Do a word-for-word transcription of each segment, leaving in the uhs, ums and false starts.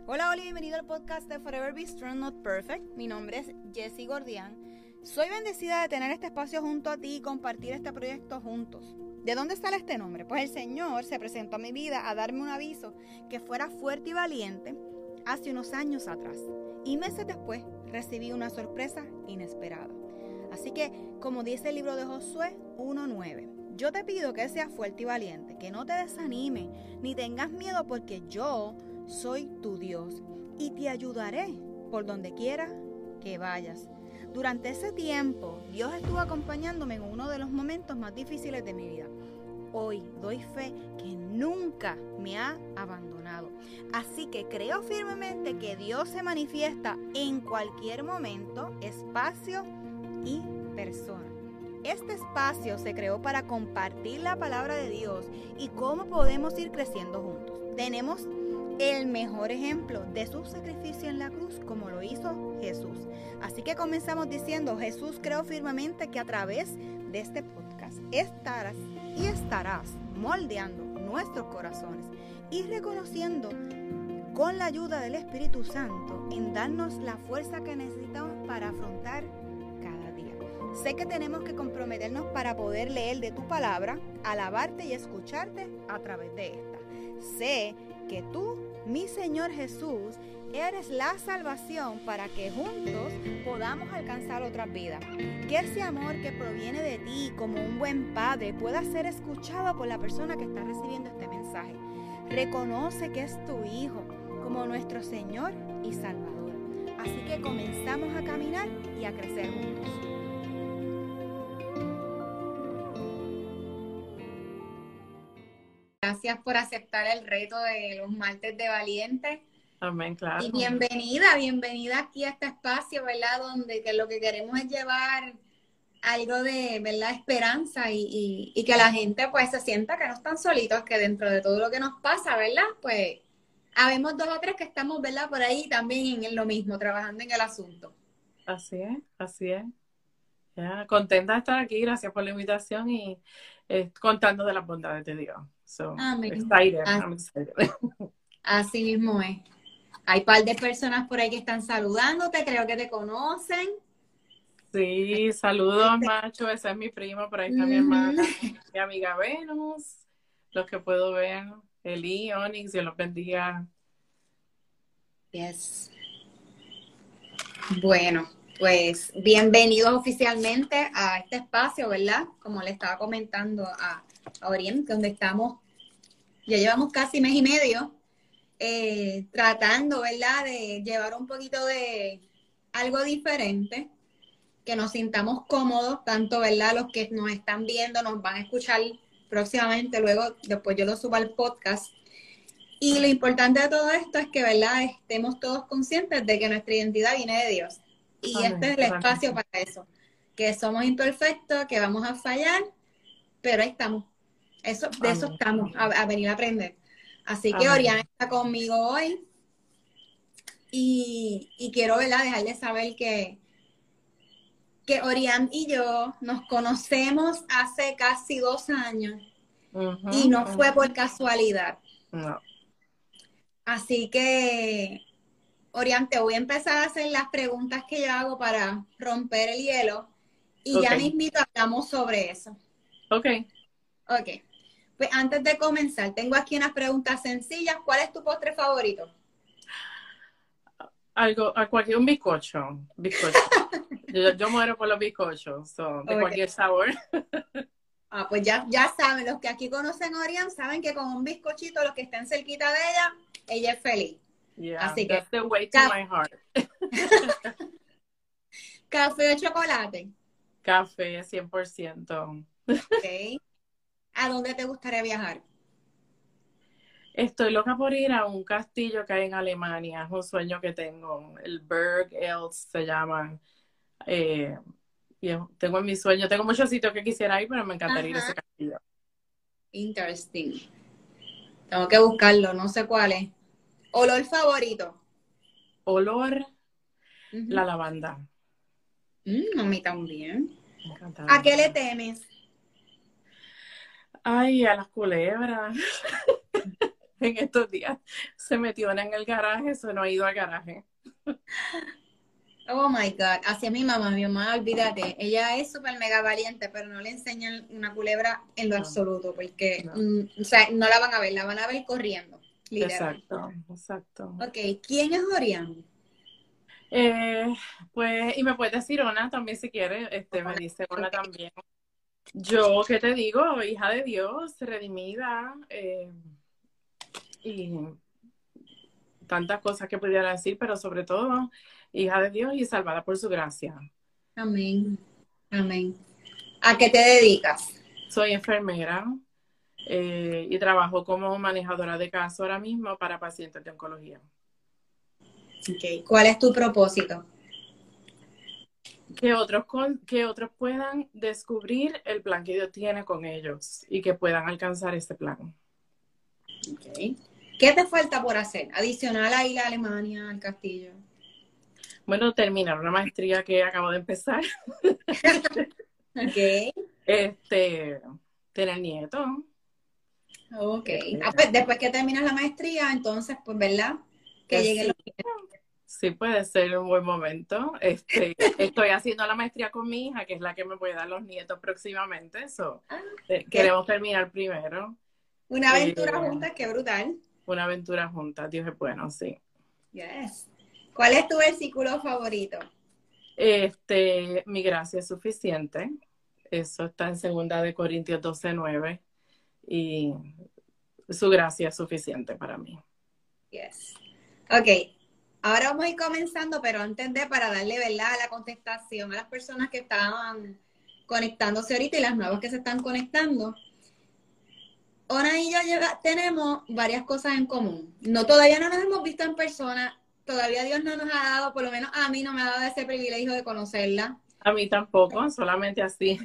Hola, hola y bienvenido al podcast de Forever Be Strong Not Perfect. Mi nombre es Jessie Gordian. Soy bendecida de tener este espacio junto a ti y compartir este proyecto juntos. ¿De dónde sale este nombre? Pues el Señor se presentó a mi vida a darme un aviso que fuera fuerte y valiente hace unos años atrás. Y meses después recibí una sorpresa inesperada. Así que, como dice el libro de Josué uno nueve, yo te pido que seas fuerte y valiente, que no te desanimes ni tengas miedo, porque yo soy tu Dios y te ayudaré por donde quiera que vayas. Durante ese tiempo, Dios estuvo acompañándome en uno de los momentos más difíciles de mi vida. Hoy doy fe que nunca me ha abandonado. Así que creo firmemente que Dios se manifiesta en cualquier momento, espacio y persona. Este espacio se creó para compartir la palabra de Dios y cómo podemos ir creciendo juntos. Tenemos el mejor ejemplo de su sacrificio en la cruz, como lo hizo Jesús. Así que comenzamos diciendo: Jesús, creo firmemente que a través de este podcast estarás y estarás moldeando nuestros corazones y reconociendo con la ayuda del Espíritu Santo en darnos la fuerza que necesitamos para afrontar cada día. Sé que tenemos que comprometernos para poder leer de tu palabra, alabarte y escucharte a través de esta. Sé que tú, mi Señor Jesús, eres la salvación para que juntos podamos alcanzar otras vidas. Que ese amor que proviene de ti como un buen padre pueda ser escuchado por la persona que está recibiendo este mensaje. Reconoce que es tu Hijo como nuestro Señor y Salvador. Así que comenzamos a caminar y a crecer juntos. Gracias por aceptar el reto de los martes de valientes. Amén, claro. Y bienvenida, bienvenida aquí a este espacio, ¿verdad? Donde que lo que queremos es llevar algo de, ¿verdad?, esperanza y, y, y que la gente pues se sienta que no están solitos, que dentro de todo lo que nos pasa, ¿verdad? Pues habemos dos o tres que estamos, ¿verdad?, por ahí también en lo mismo, trabajando en el asunto. Así es, así es. Ya, contenta de estar aquí, gracias por la invitación y eh, contando de las bondades de Dios. So, Amén. excited, Así, I'm excited. así mismo es. Hay un par de personas por ahí que están saludándote, creo que te conocen. Sí, saludos, macho, ese es mi primo, por ahí está Uh-huh. mi hermana, mi amiga Venus, los que puedo ver, Eli, Onyx, Dios los bendiga. Yes. Bueno, pues bienvenidos oficialmente a este espacio, ¿verdad? Como le estaba comentando a, a Oriente, donde estamos, ya llevamos casi mes y medio eh, tratando, ¿verdad?, de llevar un poquito de algo diferente, que nos sintamos cómodos, tanto, ¿verdad?, los que nos están viendo, nos van a escuchar próximamente, luego después yo lo subo al podcast. Y lo importante de todo esto es que, ¿verdad?, estemos todos conscientes de que nuestra identidad viene de Dios. Y Amén. este es el espacio para eso. Que somos imperfectos, que vamos a fallar, pero ahí estamos. Eso, de Amén. eso estamos, a, a venir a aprender. Así que Amén. Oriana está conmigo hoy. Y, y quiero, ¿verdad?, dejarle saber que, que Orián y yo nos conocemos hace casi dos años. Uh-huh, y no uh-huh. fue por casualidad. No. Así que, Orián, te voy a empezar a hacer las preguntas que yo hago para romper el hielo y Okay. ya mismito hablamos sobre eso. Ok. Ok. Pues antes de comenzar, tengo aquí unas preguntas sencillas. ¿Cuál es tu postre favorito? Algo, a cualquier, un bizcocho. bizcocho. yo, yo muero por los bizcochos, so, de Okay. cualquier sabor. Ah, pues ya, ya saben, los que aquí conocen a Orián saben que con un bizcochito, los que estén cerquita de ella, ella es feliz. Yeah, Así que, that's the way to café, my heart. ¿café o chocolate? Café, cien por ciento. Okay. ¿A dónde te gustaría viajar? Estoy loca por ir a un castillo que hay en Alemania. Es un sueño que tengo. El Berg Els se llama. Eh, y tengo en mi sueño. Tengo muchos sitios que quisiera ir, pero me encantaría ir a ese castillo. Interesting. Tengo que buscarlo, no sé cuál es. ¿Olor favorito? Olor, Uh-huh. la lavanda. Mm, a mí también. Me encanta. ¿A qué le temes? Ay, a las culebras. en estos días se metió en el garaje, eso no ha ido al garaje. Oh my God, así es mi mamá, mi mamá, olvídate, ella es súper mega valiente, pero no le enseñan una culebra en lo No, absoluto, porque, no. mm, o sea, no la van a ver, la van a ver corriendo, literal. Exacto, exacto. Ok, ¿quién es Orián? Eh, pues, y me puedes decir Ona también si quieres, este, me dice Ona Ok. también. Yo, ¿qué te digo? Hija de Dios, redimida, eh, y tantas cosas que pudiera decir, pero sobre todo, hija de Dios y salvada por su gracia. Amén, amén. ¿A qué te dedicas? Soy enfermera eh, y trabajo como manejadora de caso ahora mismo para pacientes de oncología. Okay. ¿Cuál es tu propósito? Que otros, con, que otros puedan descubrir el plan que Dios tiene con ellos y que puedan alcanzar ese plan. Okay. ¿Qué te falta por hacer? Adicional a ir a Alemania, al castillo. Bueno, terminar una maestría que acabo de empezar. Ok. Este, tener nietos. Ok. Eh, Ah, pues después que terminas la maestría, entonces, pues, ¿verdad? Que eh, lleguen sí, los nietos. sí puede ser un buen momento. Este, estoy haciendo la maestría con mi hija, que es la que me puede dar los nietos próximamente. So, Ah, eh, qué- queremos terminar primero. una aventura Eh, juntas, qué brutal. una aventura juntas, Dios es bueno, sí. Yes. ¿Cuál es tu versículo favorito? Este, mi gracia es suficiente. Eso está en segunda de Corintios doce nueve y su gracia es suficiente para mí. Yes. Ok. Ahora vamos a ir comenzando, pero antes de, para darle, ¿verdad?, la contestación a las personas que estaban conectándose ahorita y las nuevas que se están conectando. Ona y yo lleva, tenemos varias cosas en común. No, todavía no nos hemos visto en persona. Todavía Dios no nos ha dado, por lo menos a mí no me ha dado ese privilegio de conocerla. A mí tampoco, solamente así.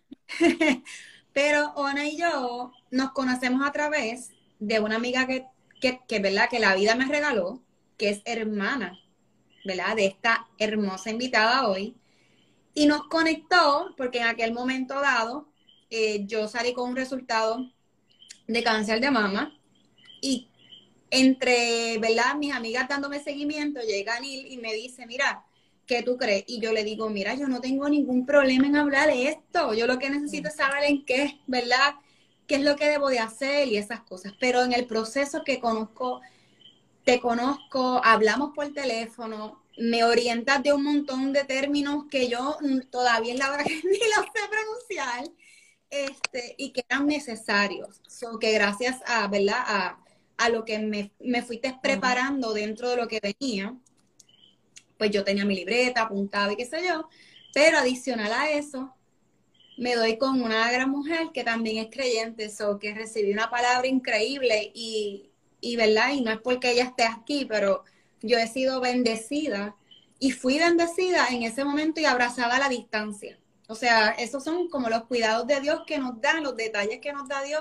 Pero Ona y yo nos conocemos a través de una amiga que, que, que, ¿verdad?, que la vida me regaló, que es hermana, ¿verdad?, de esta hermosa invitada hoy. Y nos conectó porque en aquel momento dado eh, yo salí con un resultado de cáncer de mama y entre, ¿verdad?, mis amigas dándome seguimiento, llega Neil y me dice, mira, ¿qué tú crees? Y yo le digo, mira, yo no tengo ningún problema en hablar de esto, yo lo que necesito es saber en qué, ¿verdad?, qué es lo que debo de hacer y esas cosas. Pero en el proceso que conozco, te conozco, hablamos por teléfono, me orientas de un montón de términos que yo todavía es la hora que ni los sé pronunciar, este, y que eran necesarios. So, que gracias a, ¿verdad?, a, a lo que me, me fuiste preparando dentro de lo que venía, pues yo tenía mi libreta, apuntaba y qué sé yo, pero adicional a eso, me doy con una gran mujer que también es creyente, so, que recibí una palabra increíble y, y, ¿verdad? Y no es porque ella esté aquí, pero yo he sido bendecida y fui bendecida en ese momento y abrazada a la distancia. O sea, esos son como los cuidados de Dios que nos dan, los detalles que nos da Dios,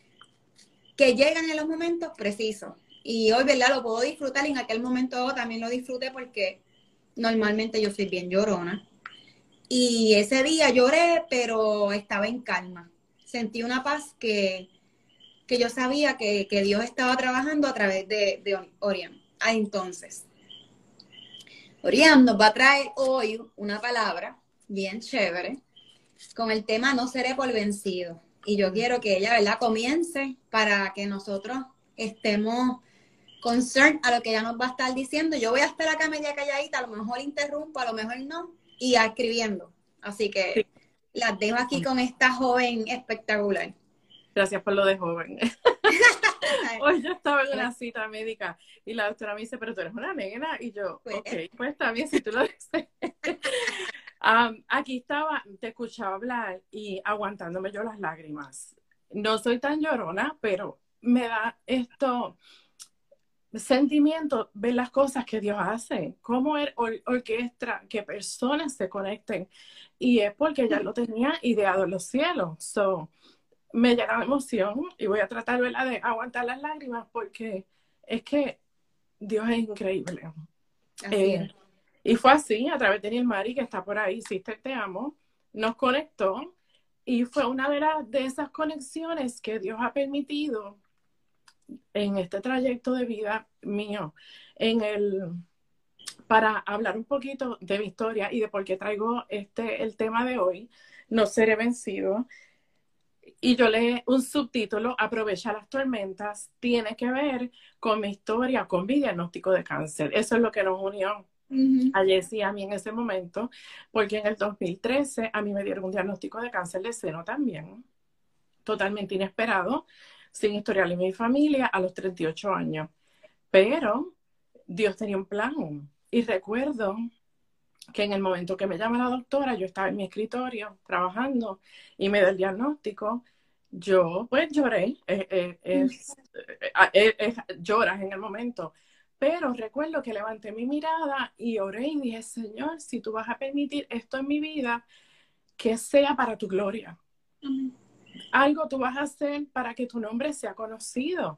que llegan en los momentos precisos. Y hoy, ¿verdad?, lo puedo disfrutar y en aquel momento también lo disfruté porque normalmente yo soy bien llorona. Y ese día lloré, pero estaba en calma. Sentí una paz que, que yo sabía que, que Dios estaba trabajando a través de, de Orián. Ah, entonces, Orián nos va a traer hoy una palabra bien chévere con el tema no seré por vencido. Y yo quiero que ella, ¿verdad?, comience para que nosotros estemos concerned a lo que ella nos va a estar diciendo. Yo voy a estar acá media calladita, a lo mejor interrumpo, a lo mejor no, y escribiendo. Así Sí. que las dejo aquí con esta joven espectacular. Gracias por lo de joven. Hoy yo estaba en una cita médica y la doctora me dice, pero tú eres una nena. Y yo, Pues, ok, pues está bien si tú lo dices. um, aquí estaba, te escuchaba hablar y aguantándome yo las lágrimas. No soy tan llorona, pero me da esto sentimiento ver las cosas que Dios hace, cómo Él or orquestra que personas se conecten. Y es porque ya lo tenía ideado en los cielos. So, me llena de emoción y voy a tratar, ¿verdad?, de aguantar las lágrimas porque es que Dios es increíble. así Eh, es. y fue así, a través de Nilmari, que está por ahí, Sister Te Amo, nos conectó y fue una de, las, de esas conexiones que Dios ha permitido en este trayecto de vida mío, en el, para hablar un poquito de mi historia y de por qué traigo este, el tema de hoy, no seré vencido. Y yo leí un subtítulo, Aprovecha las tormentas, tiene que ver con mi historia, con mi diagnóstico de cáncer. Eso es lo que nos unió uh-huh. a Jessy y a mí en ese momento, porque en el dos mil trece a mí me dieron un diagnóstico de cáncer de seno también, totalmente inesperado, sin historial en mi familia, a los treinta y ocho años. Pero Dios tenía un plan. Y recuerdo que en el momento que me llama la doctora, yo estaba en mi escritorio trabajando y me da el diagnóstico, yo pues lloré, eh, eh, es, eh, eh, lloras en el momento, pero recuerdo que levanté mi mirada y oré y dije, Señor, si tú vas a permitir esto en mi vida, que sea para tu gloria. Uh-huh. Algo tú vas a hacer para que tu nombre sea conocido.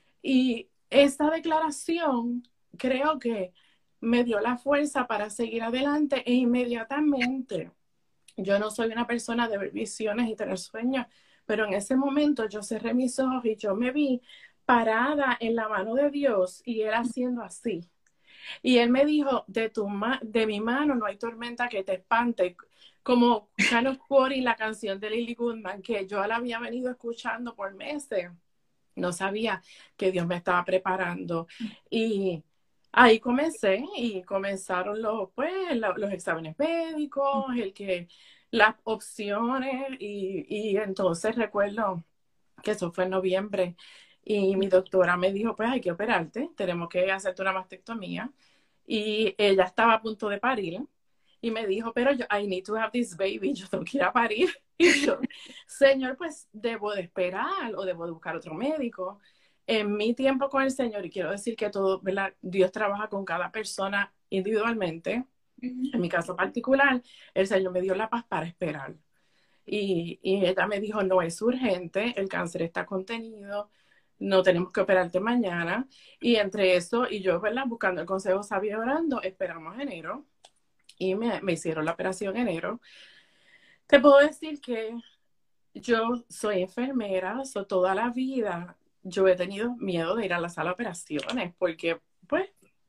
Y esa declaración creo que me dio la fuerza para seguir adelante e inmediatamente, yo no soy una persona de ver visiones y tener sueños, pero en ese momento yo cerré mis ojos y yo me vi parada en la mano de Dios y Él haciendo así. Y Él me dijo, de, tu ma de mi mano no hay tormenta que te espante, como Kind of Quoting, la canción de Lily Goodman, que yo la había venido escuchando por meses. No sabía que Dios me estaba preparando. Y ahí comencé y comenzaron los, pues, los, los exámenes médicos, el que, las opciones y, y entonces recuerdo que eso fue en noviembre y mi doctora me dijo, pues hay que operarte, tenemos que hacerte una mastectomía y ella estaba a punto de parir y me dijo, pero yo, I need to have this baby, yo tengo que ir a parir. Y yo, Señor, pues debo de esperar o debo de buscar otro médico. En mi tiempo con el Señor, y quiero decir que todo, ¿verdad? Dios trabaja con cada persona individualmente. Uh-huh. En mi caso particular, el Señor me dio la paz para esperar. Y, y ella me dijo, no es urgente, el cáncer está contenido, no tenemos que operarte mañana. Y entre eso y yo, ¿verdad? Buscando el consejo sabio orando, esperamos enero. Y me, me hicieron la operación en enero. Te puedo decir que yo soy enfermera, so toda la vida yo he tenido miedo de ir a la sala de operaciones porque, pues,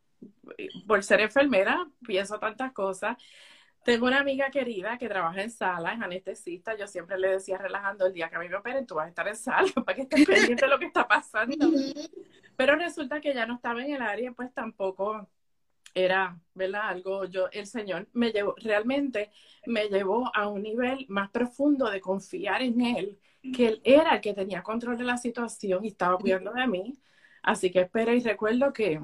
por ser enfermera pienso tantas cosas. Tengo una amiga querida que trabaja en sala, es anestesista. Yo siempre le decía relajando, el día que a mí me operen, tú vas a estar en sala para que estés pendiente de lo que está pasando. Pero resulta que ya no estaba en el área, pues tampoco era, ¿verdad? Algo, yo, el Señor me llevó, realmente me llevó a un nivel más profundo de confiar en Él, que Él era el que tenía control de la situación y estaba cuidando de mí. Así que esperé y recuerdo que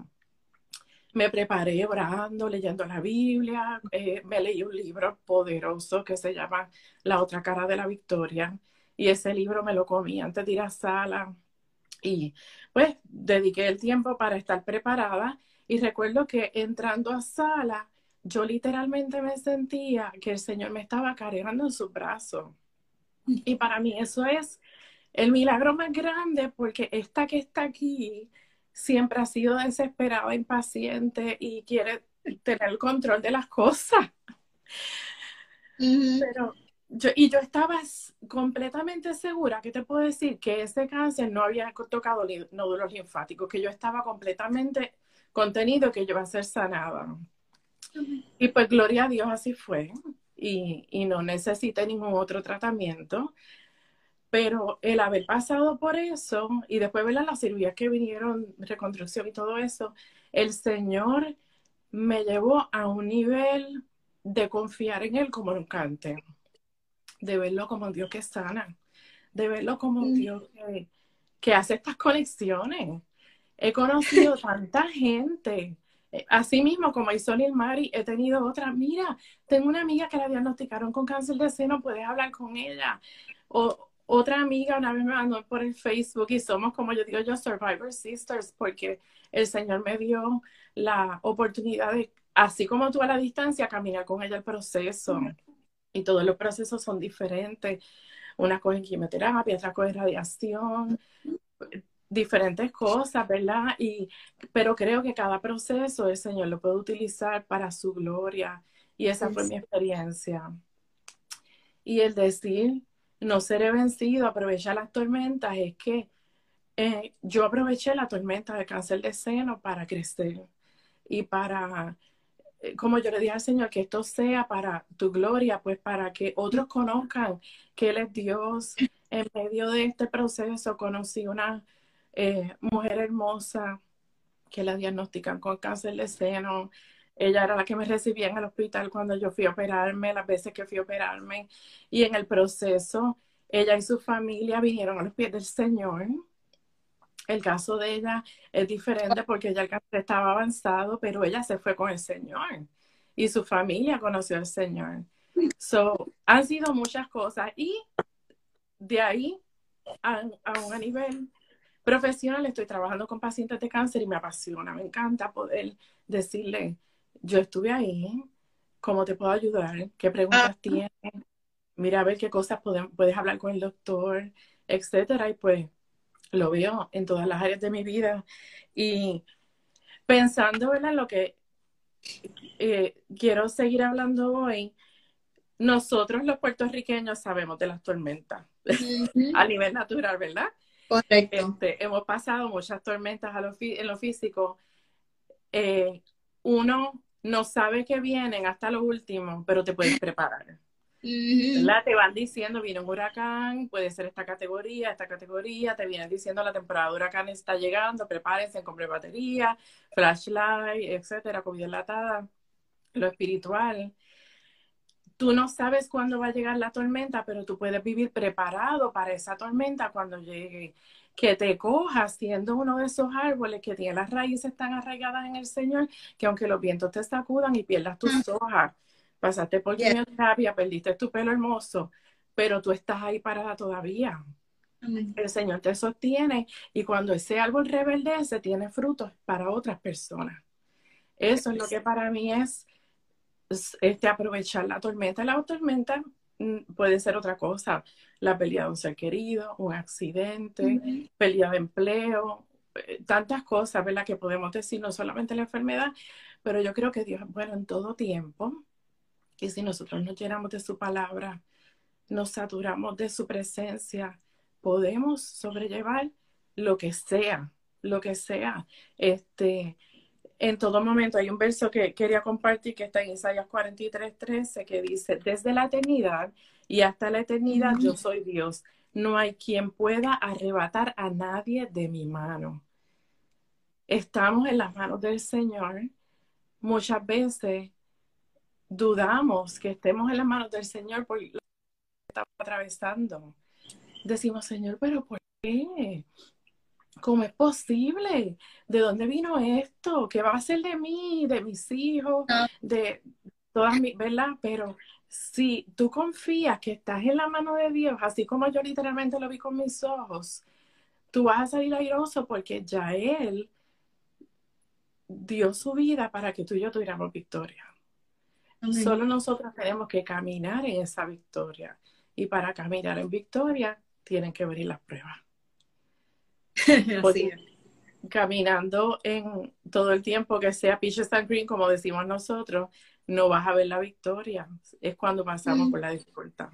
me preparé orando, leyendo la Biblia, eh, me leí un libro poderoso que se llama La otra cara de la victoria y ese libro me lo comí antes de ir a sala y pues dediqué el tiempo para estar preparada. Y recuerdo que entrando a sala, yo literalmente me sentía que el Señor me estaba cargando en sus brazos. Y para mí eso es el milagro más grande porque esta que está aquí siempre ha sido desesperada, impaciente y quiere tener el control de las cosas. Uh-huh. Pero yo, y yo estaba completamente segura, ¿qué te puedo decir? Que ese cáncer no había tocado nódulos linfáticos, que yo estaba completamente contenido, que yo iba a ser sanada. Uh-huh. Y pues gloria a Dios así fue. Y, y no necesité ningún otro tratamiento. Pero el haber pasado por eso y después ver las cirugías que vinieron, reconstrucción y todo eso, el Señor me llevó a un nivel de confiar en Él como nunca antes. De verlo como Dios que sana. De verlo como uh-huh. Dios que, que hace estas conexiones. He conocido tanta gente. Así mismo como hizo Lil Mari, he tenido otra. Mira, tengo una amiga que la diagnosticaron con cáncer de seno, puedes hablar con ella. O otra amiga una vez me mandó por el Facebook y somos, como yo digo yo, Survivor Sisters, porque el Señor me dio la oportunidad de, así como tú a la distancia, caminar con ella el proceso. Uh-huh. Y todos los procesos son diferentes. Una coge quimioterapia, otra coge radiación, diferentes cosas, ¿verdad? Y, pero creo que cada proceso el Señor lo puede utilizar para su gloria. Y esa fue mi experiencia. Y el decir, no seré vencido, aprovechar las tormentas, es que eh, yo aproveché la tormenta de cáncer de seno para crecer y para, eh, como yo le dije al Señor, que esto sea para tu gloria, pues para que otros conozcan que Él es Dios. En medio de este proceso conocí una eh, mujer hermosa que la diagnostican con cáncer de seno. Ella era la que me recibía en el hospital cuando yo fui a operarme, las veces que fui a operarme. Y en el proceso, ella y su familia vinieron a los pies del Señor. El caso de ella es diferente porque ella el cáncer estaba avanzado, pero ella se fue con el Señor y su familia conoció al Señor. So, han sido muchas cosas y de ahí a, a un nivel profesional estoy trabajando con pacientes de cáncer y me apasiona, me encanta poder decirle, yo estuve ahí, ¿cómo te puedo ayudar? ¿Qué preguntas tienes? Mira a ver qué cosas pueden, puedes hablar con el doctor, etcétera. Y pues lo veo en todas las áreas de mi vida. Y pensando, ¿verdad? En lo que eh, quiero seguir hablando hoy, nosotros los puertorriqueños sabemos de las tormentas Ujú. a nivel natural, ¿verdad? Correcto. Este, hemos pasado muchas tormentas a lo fi- en lo físico. Eh, uno no sabe que vienen hasta lo último, pero te puedes preparar. Ujú. ¿Verdad? Te van diciendo, viene un huracán, puede ser esta categoría, esta categoría, te vienen diciendo la temporada de huracán está llegando, prepárense, compre batería, flashlight, etcétera, comida enlatada, lo espiritual. Tú no sabes cuándo va a llegar la tormenta, pero tú puedes vivir preparado para esa tormenta cuando llegue. Que te cojas siendo uno de esos árboles que tiene las raíces tan arraigadas en el Señor, que aunque los vientos te sacudan y pierdas tus hojas, pasaste por Yes. quimioterapia, perdiste tu pelo hermoso, pero tú estás ahí parada todavía. Amén. El Señor te sostiene y cuando ese árbol reverdece, tiene frutos para otras personas. Eso es lo que para mí es este, aprovechar la tormenta. La tormenta mm, puede ser otra cosa, la pérdida de un ser querido, un accidente, Ujú. pérdida de empleo, eh, tantas cosas, ¿verdad? Que podemos decir, no solamente la enfermedad, pero yo creo que Dios es bueno en todo tiempo. Y si nosotros nos llenamos de su palabra, nos saturamos de su presencia, podemos sobrellevar lo que sea, lo que sea. Este, en todo momento hay un verso que quería compartir que está en Isaías cuarenta y tres, trece, que dice, desde la eternidad y hasta la eternidad yo soy Dios. No hay quien pueda arrebatar a nadie de mi mano. Estamos en las manos del Señor. Muchas veces dudamos que estemos en las manos del Señor por lo que estamos atravesando. Decimos, Señor, pero ¿por qué? ¿Cómo es posible? ¿De dónde vino esto? ¿Qué va a ser de mí, de mis hijos, No. de todas mis, ¿verdad? Pero si tú confías que estás en la mano de Dios, así como yo literalmente lo vi con mis ojos, tú vas a salir airoso porque ya Él dio su vida para que tú y yo tuviéramos victoria. Amén. Solo nosotros tenemos que caminar en esa victoria. Y para caminar en victoria, tienen que venir las pruebas. Así Porque es. caminando en todo el tiempo que sea peaches and cream, como decimos nosotros, no vas a ver la victoria. Es cuando pasamos Mm. por la dificultad.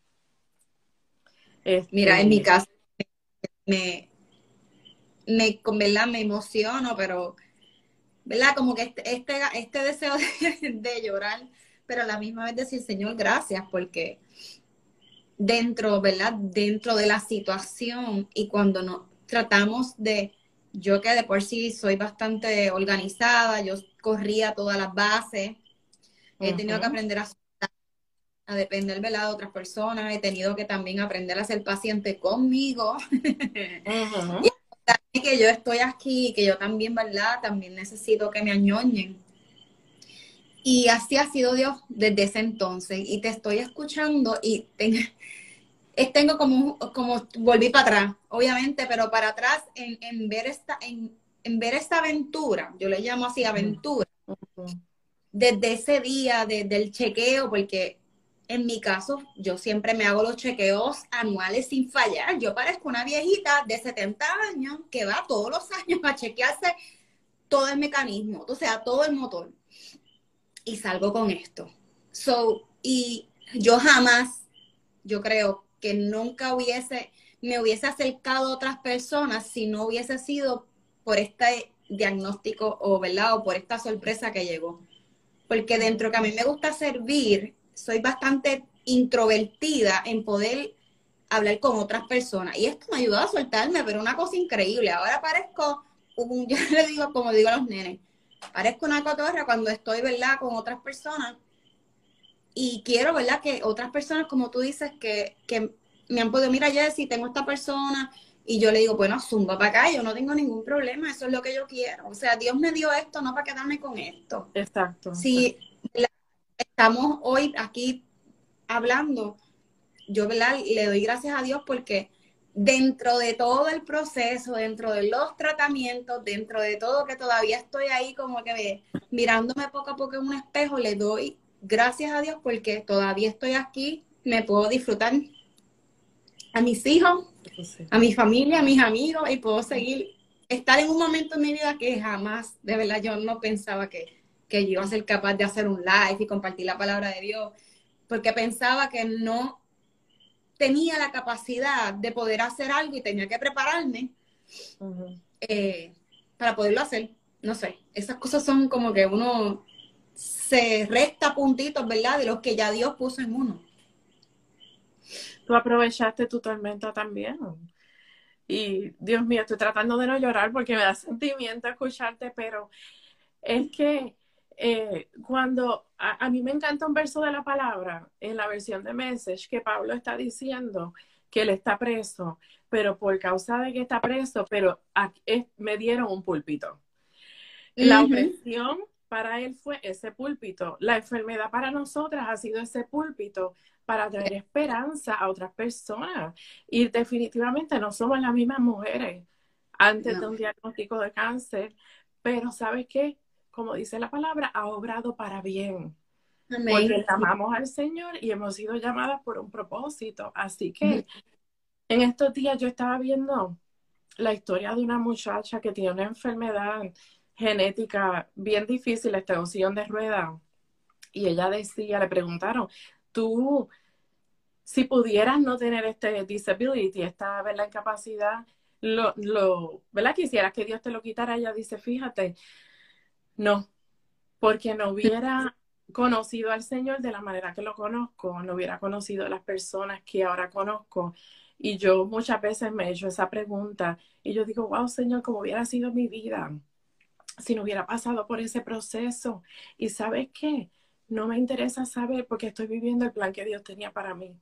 Mira, en mi Este, caso me, me, con verdad me emociono, pero, ¿verdad? Como que este, este, este deseo de, de llorar, pero a la misma vez decir, Señor, gracias, porque dentro, ¿verdad? Dentro de la situación y cuando nos tratamos de, yo que de por sí soy bastante organizada, yo corría todas las bases, he tenido que uh-huh, aprender a, a depender, ¿verdad? De otras personas, he tenido que también aprender a ser paciente conmigo. uh-huh. Y que yo estoy aquí, que yo también, ¿verdad? También necesito que me añoñen. Y así ha sido Dios desde ese entonces. Y te estoy escuchando y tengo, tengo como, como volví para atrás, obviamente, pero para atrás en, en ver esta, en, en ver esta aventura, yo le llamo así aventura, Uh-huh. desde ese día, desde el chequeo, porque en mi caso, yo siempre me hago los chequeos anuales sin fallar. Yo parezco una viejita de setenta años que va todos los años a chequearse todo el mecanismo, o sea, todo el motor. Y salgo con esto. So, y yo jamás, yo creo que nunca hubiese, me hubiese acercado a otras personas si no hubiese sido por este diagnóstico o, ¿verdad? O por esta sorpresa que llegó. Porque dentro que a mí me gusta servir, soy bastante introvertida en poder hablar con otras personas. Y esto me ayudó a soltarme, pero una cosa increíble. Ahora parezco, un, yo le digo, como digo a los nenes, parezco una cotorra cuando estoy, ¿verdad?, con otras personas. Y quiero, ¿verdad?, que otras personas, como tú dices, que, que me han podido, mira, Jessy, tengo esta persona, y yo le digo, bueno, zumba para acá, yo no tengo ningún problema, eso es lo que yo quiero. O sea, Dios me dio esto, no para quedarme con esto. Exacto. Si estamos hoy aquí hablando, yo, ¿verdad?, le doy gracias a Dios porque dentro de todo el proceso, dentro de los tratamientos, dentro de todo que todavía estoy ahí como que me, mirándome poco a poco en un espejo, le doy gracias a Dios porque todavía estoy aquí, me puedo disfrutar a mis hijos, Sí. a mi familia, a mis amigos y puedo seguir, estar en un momento en mi vida que jamás, de verdad, yo no pensaba que, que yo iba a ser capaz de hacer un live y compartir la palabra de Dios, porque pensaba que no tenía la capacidad de poder hacer algo y tenía que prepararme Uh-huh. eh, para poderlo hacer. No sé, esas cosas son como que uno se resta puntitos, ¿verdad?, de los que ya Dios puso en uno. Tú aprovechaste tu tormenta también. Y Dios mío, estoy tratando de no llorar porque me da sentimiento escucharte, pero es que eh, cuando a, a mí me encanta un verso de la palabra en la versión de Message que Pablo está diciendo que él está preso, pero por causa de que está preso, pero a, es, me dieron un púlpito. La opresión para él fue ese púlpito. La enfermedad para nosotras ha sido ese púlpito para traer esperanza a otras personas. Y definitivamente no somos las mismas mujeres antes no. de un diagnóstico de cáncer, pero ¿sabes qué? Como dice la palabra, ha obrado para bien. Amén. Porque amamos al Señor y hemos sido llamadas por un propósito. Así que uh-huh. en estos días yo estaba viendo la historia de una muchacha que tiene una enfermedad genética bien difícil, está en sillón de ruedas, y ella decía, le preguntaron, tú, si pudieras no tener este disability, esta, ¿verdad?, incapacidad, lo, lo, ¿verdad?, quisieras que Dios te lo quitara. Ella dice, fíjate, no, porque no hubiera conocido al Señor de la manera que lo conozco, no hubiera conocido a las personas que ahora conozco. Y yo muchas veces me he hecho esa pregunta y yo digo, wow, Señor, ¿cómo hubiera sido mi vida si no hubiera pasado por ese proceso? Y ¿sabes qué? No me interesa saber porque estoy viviendo el plan que Dios tenía para mí.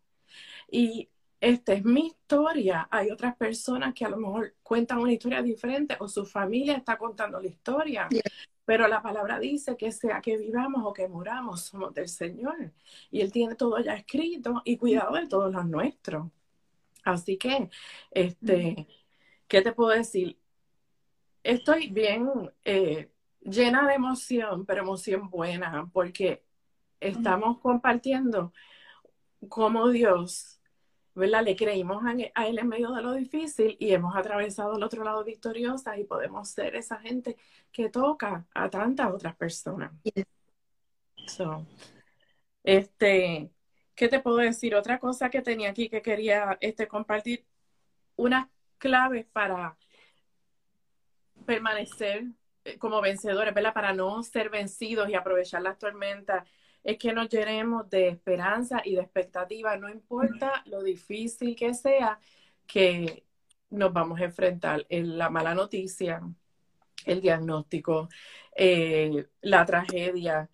Y esta es mi historia. Hay otras personas que a lo mejor cuentan una historia diferente o su familia está contando la historia. Yeah. Pero la palabra dice que sea que vivamos o que muramos, somos del Señor. Y Él tiene todo ya escrito y cuidado de todos los nuestros. Así que, este, ¿qué te puedo decir? Estoy bien eh, llena de emoción, pero emoción buena, porque estamos compartiendo cómo Dios, ¿verdad?, le creímos a, a Él en medio de lo difícil y hemos atravesado el otro lado victoriosa y podemos ser esa gente que toca a tantas otras personas. Yes. So, este, ¿qué te puedo decir? Otra cosa que tenía aquí que quería este, compartir, unas claves para permanecer como vencedores, ¿verdad?, para no ser vencidos y aprovechar las tormentas, es que nos llenemos de esperanza y de expectativa, no importa lo difícil que sea que nos vamos a enfrentar. En la mala noticia, el diagnóstico, eh, la tragedia,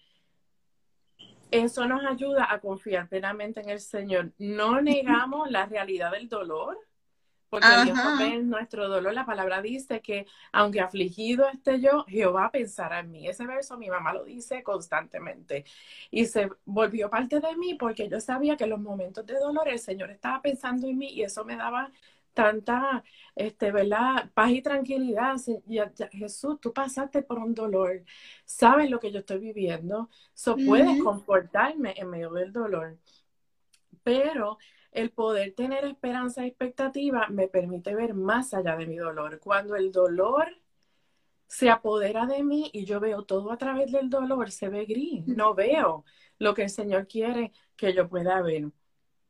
eso nos ayuda a confiar plenamente en el Señor. No negamos la realidad del dolor, porque Ajá. Dios no ve nuestro dolor. La palabra dice que aunque afligido esté yo, Jehová pensará en mí. Ese verso mi mamá lo dice constantemente. Y se volvió parte de mí porque yo sabía que en los momentos de dolor el Señor estaba pensando en mí y eso me daba tanta, este, ¿verdad?, paz y tranquilidad. Ya, ya, Jesús, tú pasaste por un dolor. Sabes lo que yo estoy viviendo. So, uh-huh. Puedes confortarme en medio del dolor. Pero el poder tener esperanza y expectativa me permite ver más allá de mi dolor. Cuando el dolor se apodera de mí y yo veo todo a través del dolor, se ve gris. No veo lo que el Señor quiere que yo pueda ver.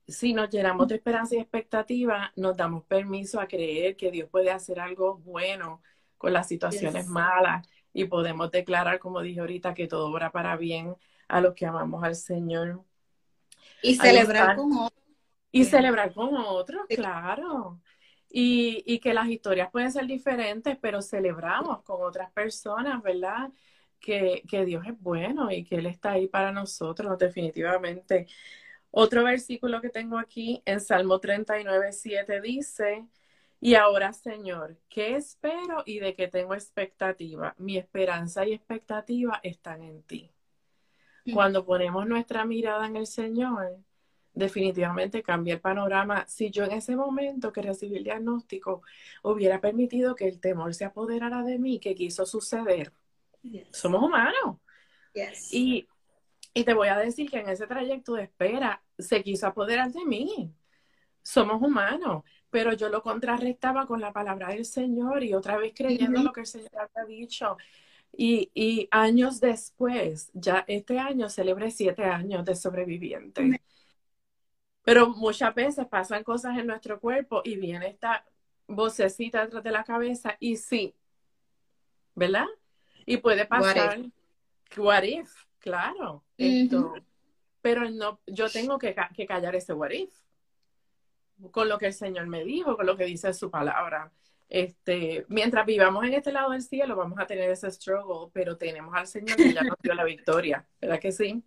si nos llenamos de esperanza y expectativa, nos damos permiso a creer que Dios puede hacer algo bueno con las situaciones Yes. malas y podemos declarar, como dije ahorita, que todo obra para bien a los que amamos al Señor. Y Ahí celebrar está. con otros. Y celebrar con otros, claro. Y, y que las historias pueden ser diferentes, pero celebramos con otras personas, ¿verdad? Que, que Dios es bueno y que Él está ahí para nosotros, definitivamente. Otro versículo que tengo aquí en Salmo treinta y nueve, siete dice, y ahora, Señor, ¿qué espero y de qué tengo expectativa? Mi esperanza y expectativa están en ti. Cuando ponemos nuestra mirada en el Señor, definitivamente cambia el panorama. Si yo en ese momento que recibí el diagnóstico hubiera permitido que el temor se apoderara de mí, ¿qué quiso suceder? Yes. Somos humanos. Yes. Y, y te voy a decir que en ese trayecto de espera se quiso apoderar de mí. Somos humanos, pero yo lo contrarrestaba con la palabra del Señor y otra vez creyendo Uh-huh. lo que el Señor había dicho. Y, y años después, ya este año celebré siete años de sobreviviente. Pero muchas veces pasan cosas en nuestro cuerpo y viene esta vocecita detrás de la cabeza y sí, ¿verdad? Y puede What if? pasar, what if, claro, esto, Uh-huh. pero no, yo tengo que, que callar ese what if, con lo que el Señor me dijo, con lo que dice su palabra. Este, mientras vivamos en este lado del cielo, vamos a tener ese struggle, pero tenemos al Señor que ya nos dio la victoria, ¿verdad que sí?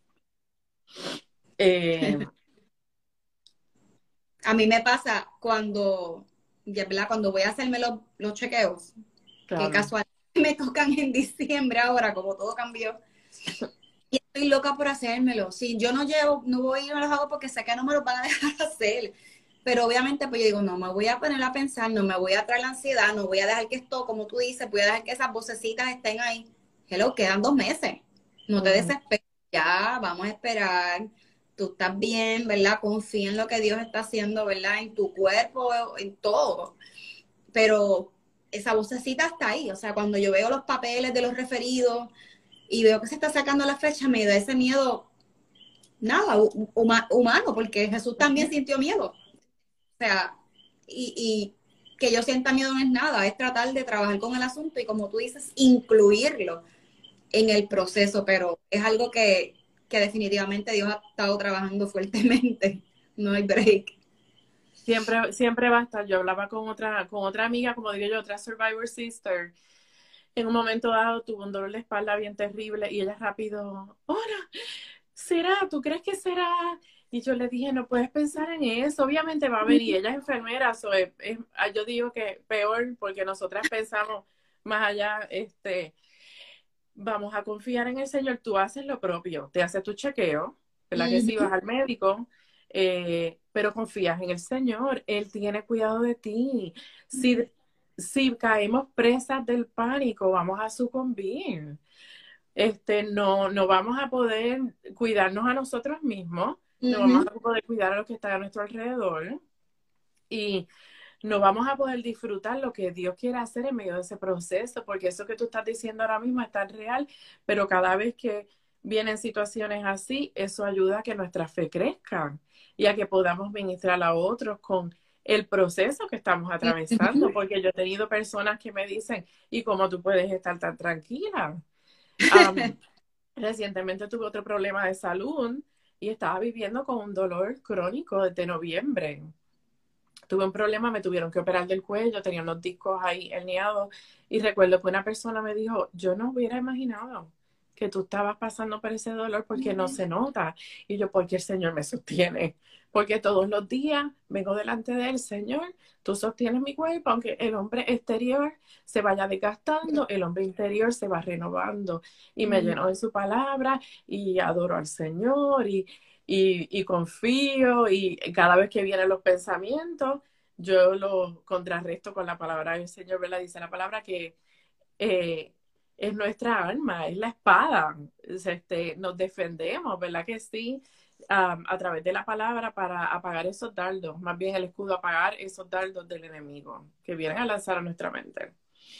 Eh, A mí me pasa cuando, ya, ¿verdad? Cuando voy a hacerme los, los chequeos, que claro. casualmente me tocan en diciembre ahora, como todo cambió. Y estoy loca por hacérmelo. Si yo no llevo, no voy y me los hago porque sé que no me los van a dejar hacer. Pero obviamente, pues yo digo, no me voy a poner a pensar, no me voy a traer la ansiedad, no voy a dejar que esto, como tú dices, voy a dejar que esas vocecitas estén ahí. Hello, quedan dos meses. No te Ujú. desesperes, ya, vamos a esperar. Tú estás bien, ¿verdad? Confía en lo que Dios está haciendo, ¿verdad? En tu cuerpo, en todo. Pero esa vocecita está ahí. O sea, cuando yo veo los papeles de los referidos y veo que se está sacando la fecha, me da ese miedo, nada, huma, humano, porque Jesús también sintió miedo. O sea, y, y que yo sienta miedo no es nada, es tratar de trabajar con el asunto y, como tú dices, incluirlo en el proceso, pero es algo que, que definitivamente Dios ha estado trabajando fuertemente. No hay break. Siempre, siempre va a estar. Yo hablaba con otra, con otra amiga, como digo yo, otra Survivor Sister. En un momento dado tuvo un dolor de espalda bien terrible y ella rápido, ahora, ¿será? ¿Tú crees que será? Y yo le dije, no puedes pensar en eso, obviamente va a venir. Ella es enfermera, so es, es, yo digo que peor porque nosotras pensamos más allá, este, vamos a confiar en el Señor, tú haces lo propio, te haces tu chequeo, ¿verdad que sí? Vas al médico, eh, pero confías en el Señor, Él tiene cuidado de ti. Si, si caemos presas del pánico, vamos a sucumbir. Este, no, no vamos a poder cuidarnos a nosotros mismos, no vamos a poder cuidar a los que están a nuestro alrededor y no vamos a poder disfrutar lo que Dios quiere hacer en medio de ese proceso, porque eso que tú estás diciendo ahora mismo es tan real, pero cada vez que vienen situaciones así, eso ayuda a que nuestra fe crezca y a que podamos ministrar a otros con el proceso que estamos atravesando, porque yo he tenido personas que me dicen, ¿y cómo tú puedes estar tan tranquila? Um, recientemente tuve otro problema de salud y estaba viviendo con un dolor crónico desde noviembre. Tuve un problema, me tuvieron que operar del cuello, tenía unos discos ahí herniados y recuerdo que una persona me dijo, yo no hubiera imaginado que tú estabas pasando por ese dolor porque no se nota. Y yo, porque el Señor me sostiene, porque todos los días vengo delante del Señor, tú sostienes mi cuerpo, aunque el hombre exterior se vaya desgastando, el hombre interior se va renovando y me lleno de su palabra y adoro al Señor y Y, y confío y cada vez que vienen los pensamientos, yo los contrarresto con la palabra del Señor, ¿verdad? Dice la palabra que eh, es nuestra arma, es la espada, es este, nos defendemos, ¿verdad que sí? Um, a través de la palabra para apagar esos dardos, más bien el escudo, apagar esos dardos del enemigo que vienen a lanzar a nuestra mente.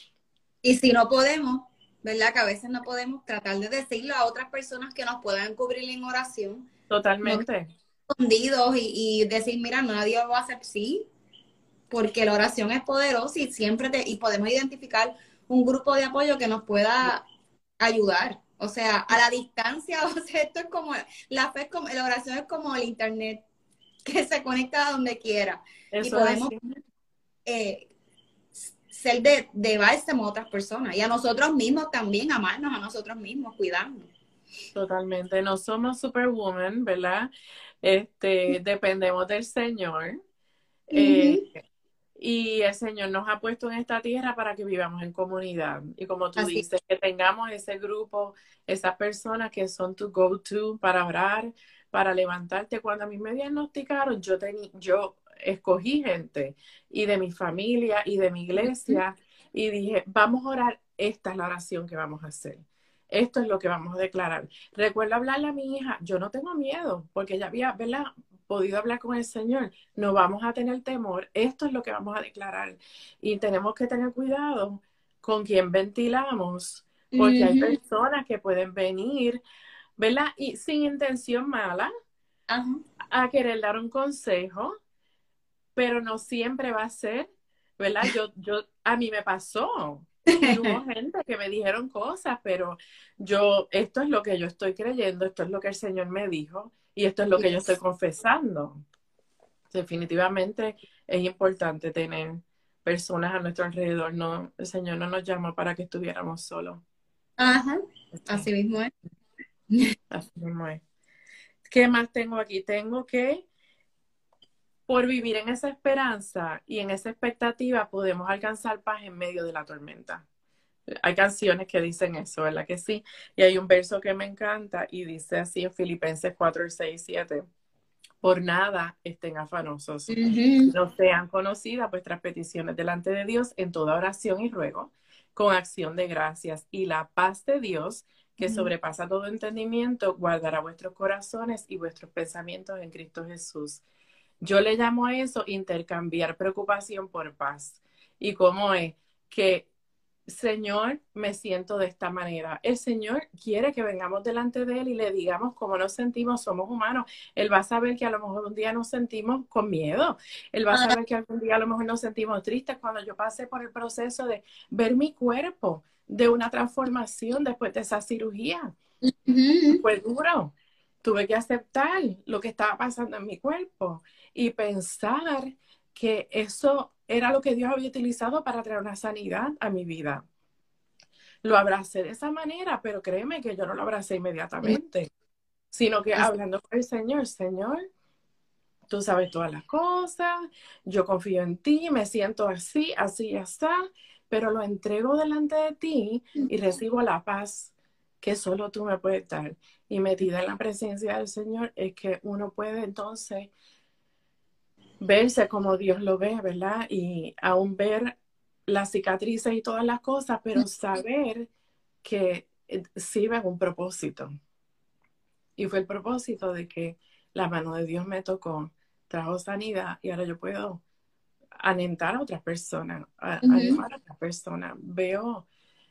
Y si no podemos, ¿verdad? Que a veces no podemos tratar de decirlo a otras personas que nos puedan cubrir en oración. Totalmente. No escondidos y, y decir, mira, nadie lo va a hacer, sí, porque la oración es poderosa y siempre te, y podemos identificar un grupo de apoyo que nos pueda ayudar. O sea, a la distancia, o sea, esto es como, la fe es como, la oración es como el internet, que se conecta a donde quiera. Y Eso es podemos así. eh, ser de, de bálsamo a otras personas. Y a nosotros mismos también, amarnos a nosotros mismos, cuidarnos. Totalmente. No somos superwoman, ¿verdad? Este, dependemos del Señor. Eh, Uh-huh. y el Señor nos ha puesto en esta tierra para que vivamos en comunidad. Y como tú Así. dices, que tengamos ese grupo, esas personas que son tu go-to para orar, para levantarte. Cuando a mí me diagnosticaron, yo, tení, yo escogí gente y de mi familia y de mi Uh-huh. iglesia y dije, vamos a orar, esta es la oración que vamos a hacer. Esto es lo que vamos a declarar. Recuerdo hablarle a mi hija, yo no tengo miedo, porque ella había, ¿verdad?, podido hablar con el Señor. No vamos a tener temor. Esto es lo que vamos a declarar. Y tenemos que tener cuidado con quién ventilamos, porque hay Uh-huh. personas que pueden venir, ¿verdad? Y sin intención mala, Ajá. a querer dar un consejo, pero no siempre va a ser, ¿verdad? Yo, yo, a mí me pasó. Y hubo gente que me dijeron cosas, pero yo, esto es lo que yo estoy creyendo, esto es lo que el Señor me dijo y esto es lo que yo estoy Yes. confesando. Definitivamente es importante tener personas a nuestro alrededor. No, el Señor no nos llama para que estuviéramos solos. Ajá. Sí, Así mismo es. así mismo es. ¿Qué más tengo aquí? Tengo que, por vivir en esa esperanza y en esa expectativa, podemos alcanzar paz en medio de la tormenta. Hay canciones que dicen eso, ¿verdad que sí? Y hay un verso que me encanta y dice así en Filipenses cuatro, seis, siete. Por nada estén afanosos, Uh-huh. no sean conocidas vuestras peticiones delante de Dios en toda oración y ruego, con acción de gracias. Y la paz de Dios, que Uh-huh. sobrepasa todo entendimiento, guardará vuestros corazones y vuestros pensamientos en Cristo Jesús. Yo le llamo a eso intercambiar preocupación por paz. ¿Y cómo es? Que Señor, me siento de esta manera. El Señor quiere que vengamos delante de Él y le digamos cómo nos sentimos, somos humanos. Él va a saber que a lo mejor un día nos sentimos con miedo. Él va a Ah, saber que algún día a lo mejor nos sentimos tristes. Cuando yo pasé por el proceso de ver mi cuerpo, de una transformación después de esa cirugía, uh-huh. fue duro. Tuve que aceptar lo que estaba pasando en mi cuerpo y pensar que eso era lo que Dios había utilizado para traer una sanidad a mi vida. Lo abracé de esa manera, pero créeme que yo no lo abracé inmediatamente, sino que Así. hablando con el Señor, Señor, tú sabes todas las cosas, yo confío en ti, me siento así, así y así, pero lo entrego delante de ti y recibo la paz que solo tú me puedes dar. Y metida en la presencia del Señor es que uno puede entonces verse como Dios lo ve, ¿verdad? Y aún ver las cicatrices y todas las cosas, pero saber que eh, sirve a un propósito. Y fue el propósito de que la mano de Dios me tocó, trajo sanidad y ahora yo puedo alentar a otras personas, a, Uh-huh. animar a otras personas. Veo,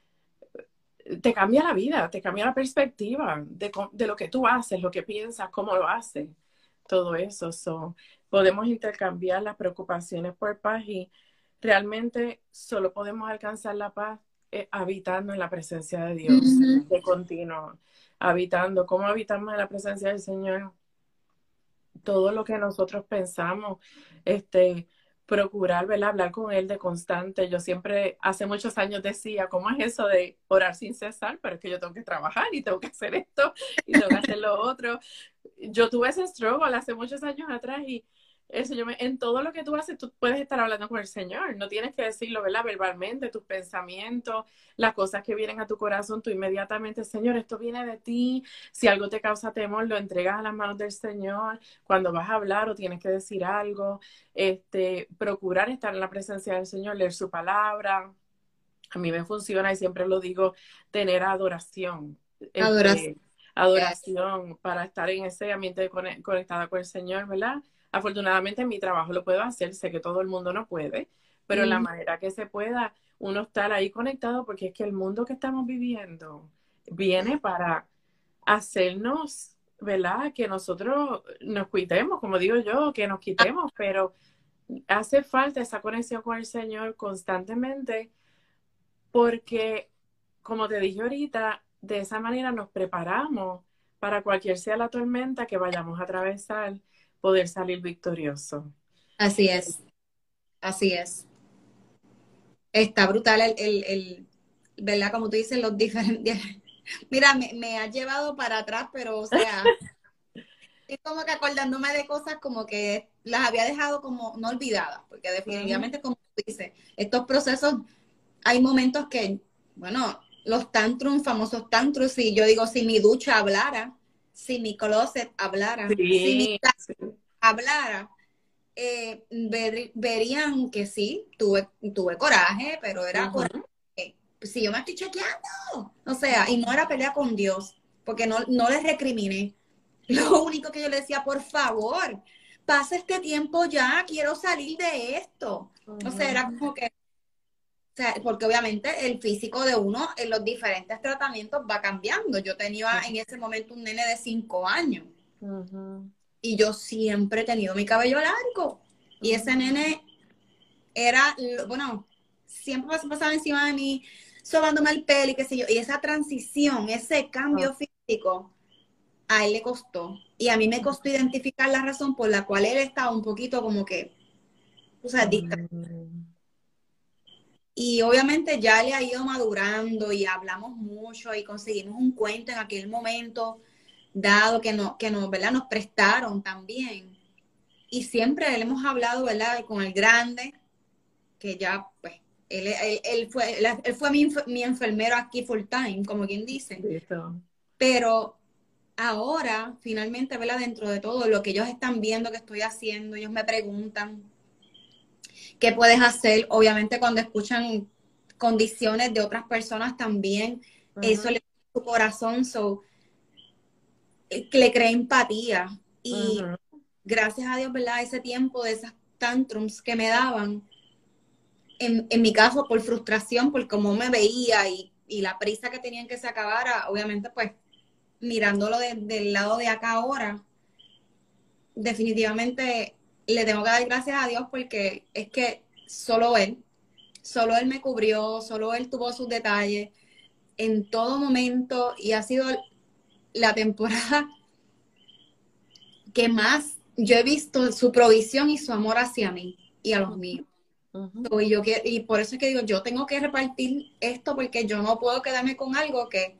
te cambia la vida, te cambia la perspectiva de, de lo que tú haces, lo que piensas, cómo lo haces, todo eso. So, podemos intercambiar las preocupaciones por paz y realmente solo podemos alcanzar la paz eh, habitando en la presencia de Dios, Uh-huh. de continuo, habitando. ¿Cómo habitamos en la presencia del Señor? Todo lo que nosotros pensamos, este, procurar, ¿verdad? Hablar con Él de constante. Yo siempre, hace muchos años decía, ¿cómo es eso de orar sin cesar? Pero es que yo tengo que trabajar y tengo que hacer esto y tengo que hacer lo otro. Yo tuve ese struggle hace muchos años atrás y eso, yo me, en todo lo que tú haces, tú puedes estar hablando con el Señor. No tienes que decirlo, ¿verdad? Verbalmente, tus pensamientos, las cosas que vienen a tu corazón, tú inmediatamente, Señor, esto viene de ti. Si algo te causa temor, lo entregas a las manos del Señor. Cuando vas a hablar o tienes que decir algo, este, procurar estar en la presencia del Señor, leer su palabra. A mí me funciona y siempre lo digo, tener adoración. Adoración. Este, adoración para estar en ese ambiente conectada con el Señor, ¿verdad? Afortunadamente en mi trabajo lo puedo hacer, sé que todo el mundo no puede, pero en la Uh-huh. manera que se pueda, uno estar ahí conectado, porque es que el mundo que estamos viviendo viene para hacernos ¿verdad? Que nosotros nos quitemos, como digo yo, que nos quitemos, pero hace falta esa conexión con el Señor constantemente porque, como te dije ahorita, de esa manera nos preparamos para cualquier sea la tormenta que vayamos a atravesar, poder salir victorioso. Así es, así es. Está brutal el, el, el ¿verdad? Como tú dices, los diferentes... Mira, me, me ha llevado para atrás, pero, o sea, es como que acordándome de cosas como que las había dejado como no olvidadas, porque definitivamente, como tú dices, estos procesos, hay momentos que, bueno, los tantrums, famosos tantrums, si yo digo, si mi ducha hablara, si mi closet hablara, si mi Sí, casa sí. hablara, eh, ver- verían que sí, tuve, tuve coraje, pero era Ujú. coraje. Si yo me estoy chequeando, o sea, y no era pelea con Dios, porque no, no le recriminé. Lo único que yo le decía, por favor, pasa este tiempo ya, quiero salir de esto. O sea, era Ujú. como que, o sea, porque obviamente el físico de uno en los diferentes tratamientos va cambiando. Yo tenía en ese momento un nene de cinco años Ujú. y yo siempre he tenido mi cabello largo. Y ese nene era, bueno, siempre pasaba encima de mí, sobándome el pelo y qué sé yo. Y esa transición, ese cambio físico, a él le costó. Y a mí me costó identificar la razón por la cual él estaba un poquito como que, o sea, distraído. Ujú. Y obviamente ya le ha ido madurando y hablamos mucho y conseguimos un cuento en aquel momento dado que, no, que nos, ¿verdad? Nos prestaron también. Y siempre le hemos hablado, ¿verdad? Con el grande, que ya, pues, él, él, él fue, él, él fue mi, mi enfermero aquí full time, como quien dice. Listo. Pero ahora, finalmente, ¿verdad? Dentro de todo lo que ellos están viendo que estoy haciendo, ellos me preguntan qué puedes hacer. Obviamente, cuando escuchan condiciones de otras personas también, eso Ujú. le da su corazón, so, eh, que le crea empatía. Y Ujú. gracias a Dios, ¿verdad? Ese tiempo de esas tantrums que me daban, en, en mi caso, por frustración, por cómo me veía y, y la prisa que tenían que se acabara, obviamente, pues, mirándolo de, del lado de acá ahora, definitivamente le tengo que dar gracias a Dios porque es que solo Él, solo Él me cubrió, solo Él tuvo sus detalles en todo momento y ha sido la temporada que más yo he visto su provisión y su amor hacia mí y a los míos. Ujú. Y, yo, y por eso es que digo, yo tengo que repartir esto porque yo no puedo quedarme con algo que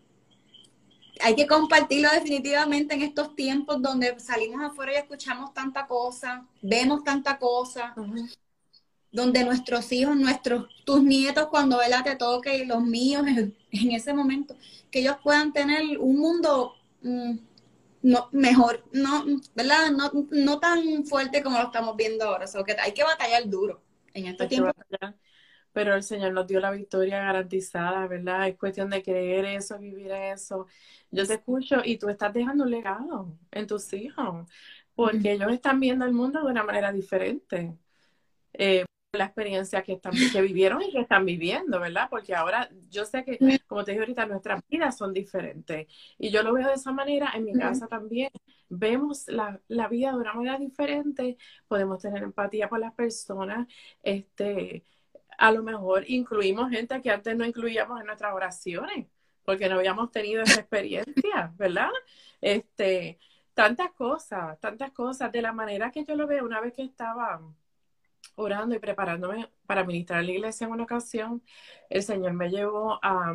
hay que compartirlo definitivamente en estos tiempos donde salimos afuera y escuchamos tanta cosa, vemos tanta cosa, Ujú. donde nuestros hijos, nuestros, tus nietos cuando ¿verdad? Te toque y los míos en, en ese momento, que ellos puedan tener un mundo mm, no, mejor, no, ¿verdad? No, no tan fuerte como lo estamos viendo ahora, o sea, que hay que batallar duro en estos Hay que tiempos. batallar. Pero el Señor nos dio la victoria garantizada, ¿verdad? Es cuestión de creer eso, vivir eso. Yo te escucho y tú estás dejando un legado en tus hijos, porque ellos están viendo el mundo de una manera diferente. Eh, la experiencia que están, que vivieron y que están viviendo, ¿verdad? Porque ahora yo sé que, como te dije ahorita, nuestras vidas son diferentes. Y yo lo veo de esa manera en mi casa también. Vemos la, la vida de una manera diferente, podemos tener empatía por las personas, este a lo mejor incluimos gente que antes no incluíamos en nuestras oraciones, porque no habíamos tenido esa experiencia, ¿verdad? Este, tantas cosas, tantas cosas, de la manera que yo lo veo una vez que estaba orando y preparándome para ministrar en la iglesia en una ocasión, el Señor me llevó a,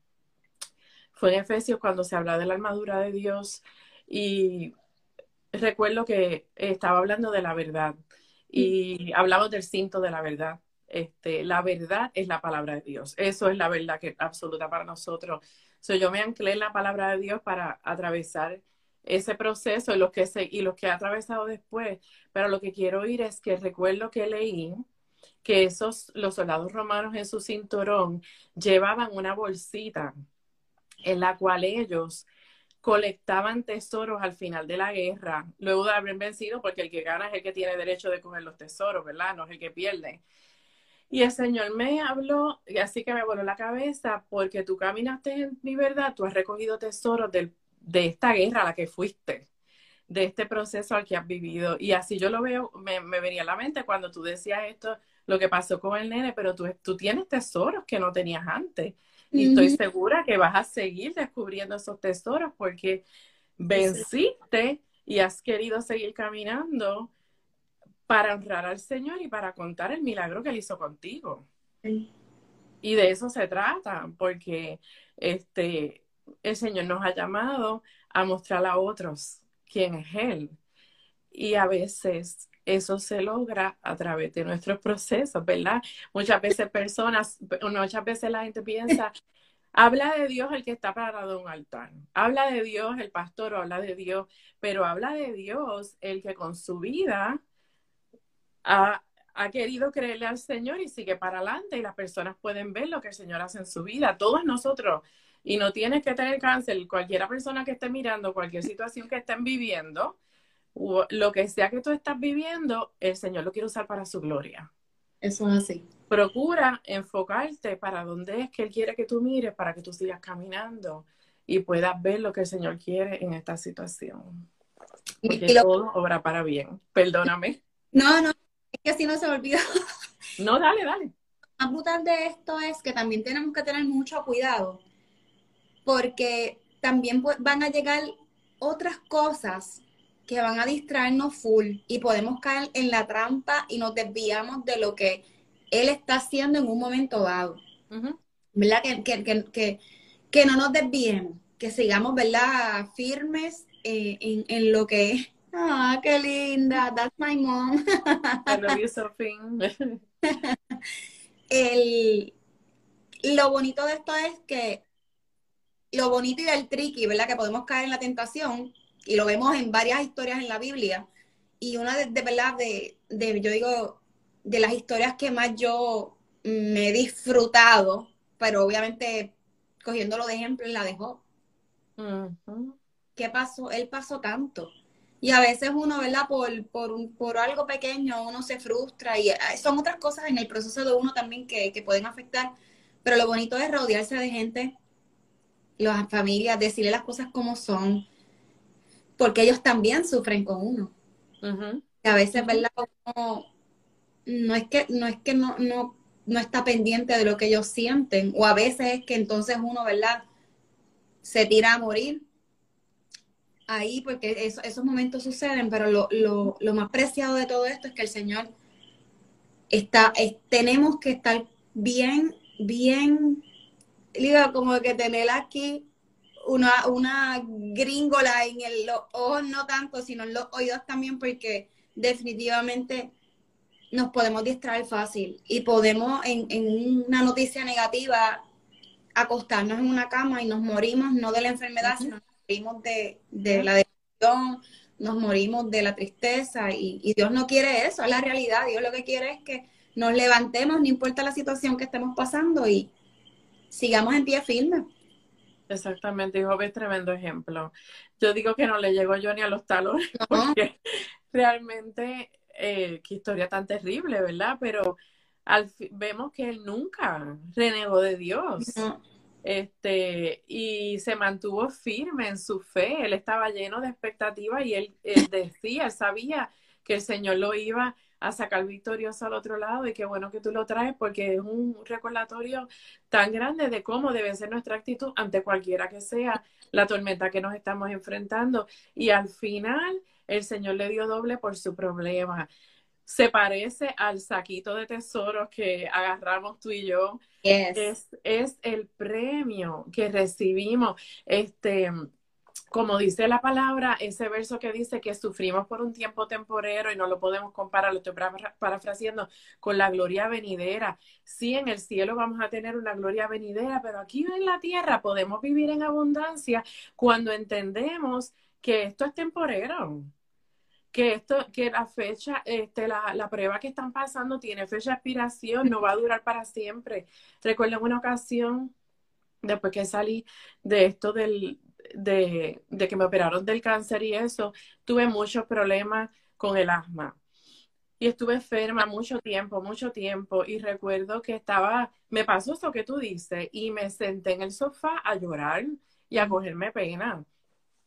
fue en Efesios cuando se habla de la armadura de Dios y recuerdo que estaba hablando de la verdad y hablamos del cinto de la verdad. Este, la verdad es la palabra de Dios. Eso es la verdad que es absoluta para nosotros. So, yo me anclé en la palabra de Dios para atravesar ese proceso y los que se, y los que he atravesado después. Pero lo que quiero oír es que recuerdo que leí que esos, los soldados romanos en su cinturón llevaban una bolsita en la cual ellos colectaban tesoros al final de la guerra, luego de haber vencido, porque el que gana es el que tiene derecho de coger los tesoros, ¿verdad? No es el que pierde. Y el Señor me habló, y así que me voló la cabeza, porque tú caminaste en mi verdad, tú has recogido tesoros del, de esta guerra a la que fuiste, de este proceso al que has vivido. Y así yo lo veo, me, me venía a la mente cuando tú decías esto, lo que pasó con el nene, pero tú, tú tienes tesoros que no tenías antes. Y estoy segura que vas a seguir descubriendo esos tesoros porque venciste y has querido seguir caminando para honrar al Señor y para contar el milagro que Él hizo contigo. Sí. Y de eso se trata, porque este, el Señor nos ha llamado a mostrar a otros quién es Él. Y a veces eso se logra a través de nuestros procesos, ¿verdad? Muchas veces personas, muchas veces la gente piensa, habla de Dios el que está parado en un altar, habla de Dios el pastor o habla de Dios, pero habla de Dios el que con su vida ha, ha querido creerle al Señor y sigue para adelante y las personas pueden ver lo que el Señor hace en su vida, todos nosotros. Y no tienes que tener cáncer, cualquiera persona que esté mirando, cualquier situación que estén viviendo, lo que sea que tú estás viviendo, el Señor lo quiere usar para su gloria. Eso es así. Procura enfocarte para dónde es que Él quiere que tú mires para que tú sigas caminando y puedas ver lo que el Señor quiere en esta situación. Porque lo... todo obra para bien. Perdóname. No, no, es que así no se me olvida. No, dale, dale. Lo más brutal de esto es que también tenemos que tener mucho cuidado porque también van a llegar otras cosas que van a distraernos full y podemos caer en la trampa y nos desviamos de lo que Él está haciendo en un momento dado. Uh-huh. ¿Verdad? Que, que, que, que, que no nos desviemos, que sigamos, ¿verdad? Firmes eh, en, en lo que es. Ah, qué linda, that's my mom. I love you, Sophie. El, lo bonito de esto es que lo bonito y del tricky, ¿verdad? Que podemos caer en la tentación y lo vemos en varias historias en la Biblia. Y una de, de verdad, de, de, yo digo, de las historias que más yo me he disfrutado, pero obviamente cogiéndolo de ejemplo, la de Job. Uh-huh. ¿Qué pasó? Él pasó tanto. Y a veces uno, ¿verdad? Por, por, por algo pequeño uno se frustra y son otras cosas en el proceso de uno también que, que pueden afectar. Pero lo bonito es rodearse de gente, las familias, decirle las cosas como son, porque ellos también sufren con uno. Uh-huh. Y a veces, uh-huh. ¿verdad? Uno, no es que, no, es que no, no, no está pendiente de lo que ellos sienten, o a veces es que entonces uno, ¿verdad? Se tira a morir ahí, porque eso, esos momentos suceden, pero lo, lo, lo más preciado de todo esto es que el Señor está, es, tenemos que estar bien, bien, digo, como que tener aquí una, una gringola en el, los ojos, no tanto, sino en los oídos también, porque definitivamente nos podemos distraer fácil y podemos en, en una noticia negativa acostarnos en una cama y nos morimos no de la enfermedad, uh-huh. sino nos morimos de, de la depresión, nos morimos de la tristeza y, y Dios no quiere eso, es la realidad. Dios lo que quiere es que nos levantemos, no importa la situación que estemos pasando y sigamos en pie firme. Exactamente, Job es tremendo ejemplo. Yo digo que no le llegó yo ni a los talones, no. Porque realmente, eh, qué historia tan terrible, ¿verdad? Pero al fin, vemos que él nunca renegó de Dios. No. Este, y se mantuvo firme en su fe. Él estaba lleno de expectativa y él, él decía, él sabía que el Señor lo iba a sacar victorioso al otro lado y qué bueno que tú lo traes porque es un recordatorio tan grande de cómo debe ser nuestra actitud ante cualquiera que sea la tormenta que nos estamos enfrentando. Y al final el Señor le dio doble por su problema. Se parece al saquito de tesoros que agarramos tú y yo. Yes. Es, es el premio que recibimos. Este, como dice la palabra, ese verso que dice que sufrimos por un tiempo temporero y no lo podemos comparar, lo estoy parafraseando, con la gloria venidera. Sí, en el cielo vamos a tener una gloria venidera, pero aquí en la tierra podemos vivir en abundancia cuando entendemos que esto es temporero. Que esto, que la fecha, este, la, la prueba que están pasando tiene fecha de expiración, no va a durar para siempre. Recuerdo en una ocasión, después que salí de esto del, de, de que me operaron del cáncer y eso, tuve muchos problemas con el asma. Y estuve enferma mucho tiempo, mucho tiempo. Y recuerdo que estaba, me pasó eso que tú dices, y me senté en el sofá a llorar y a cogerme pena.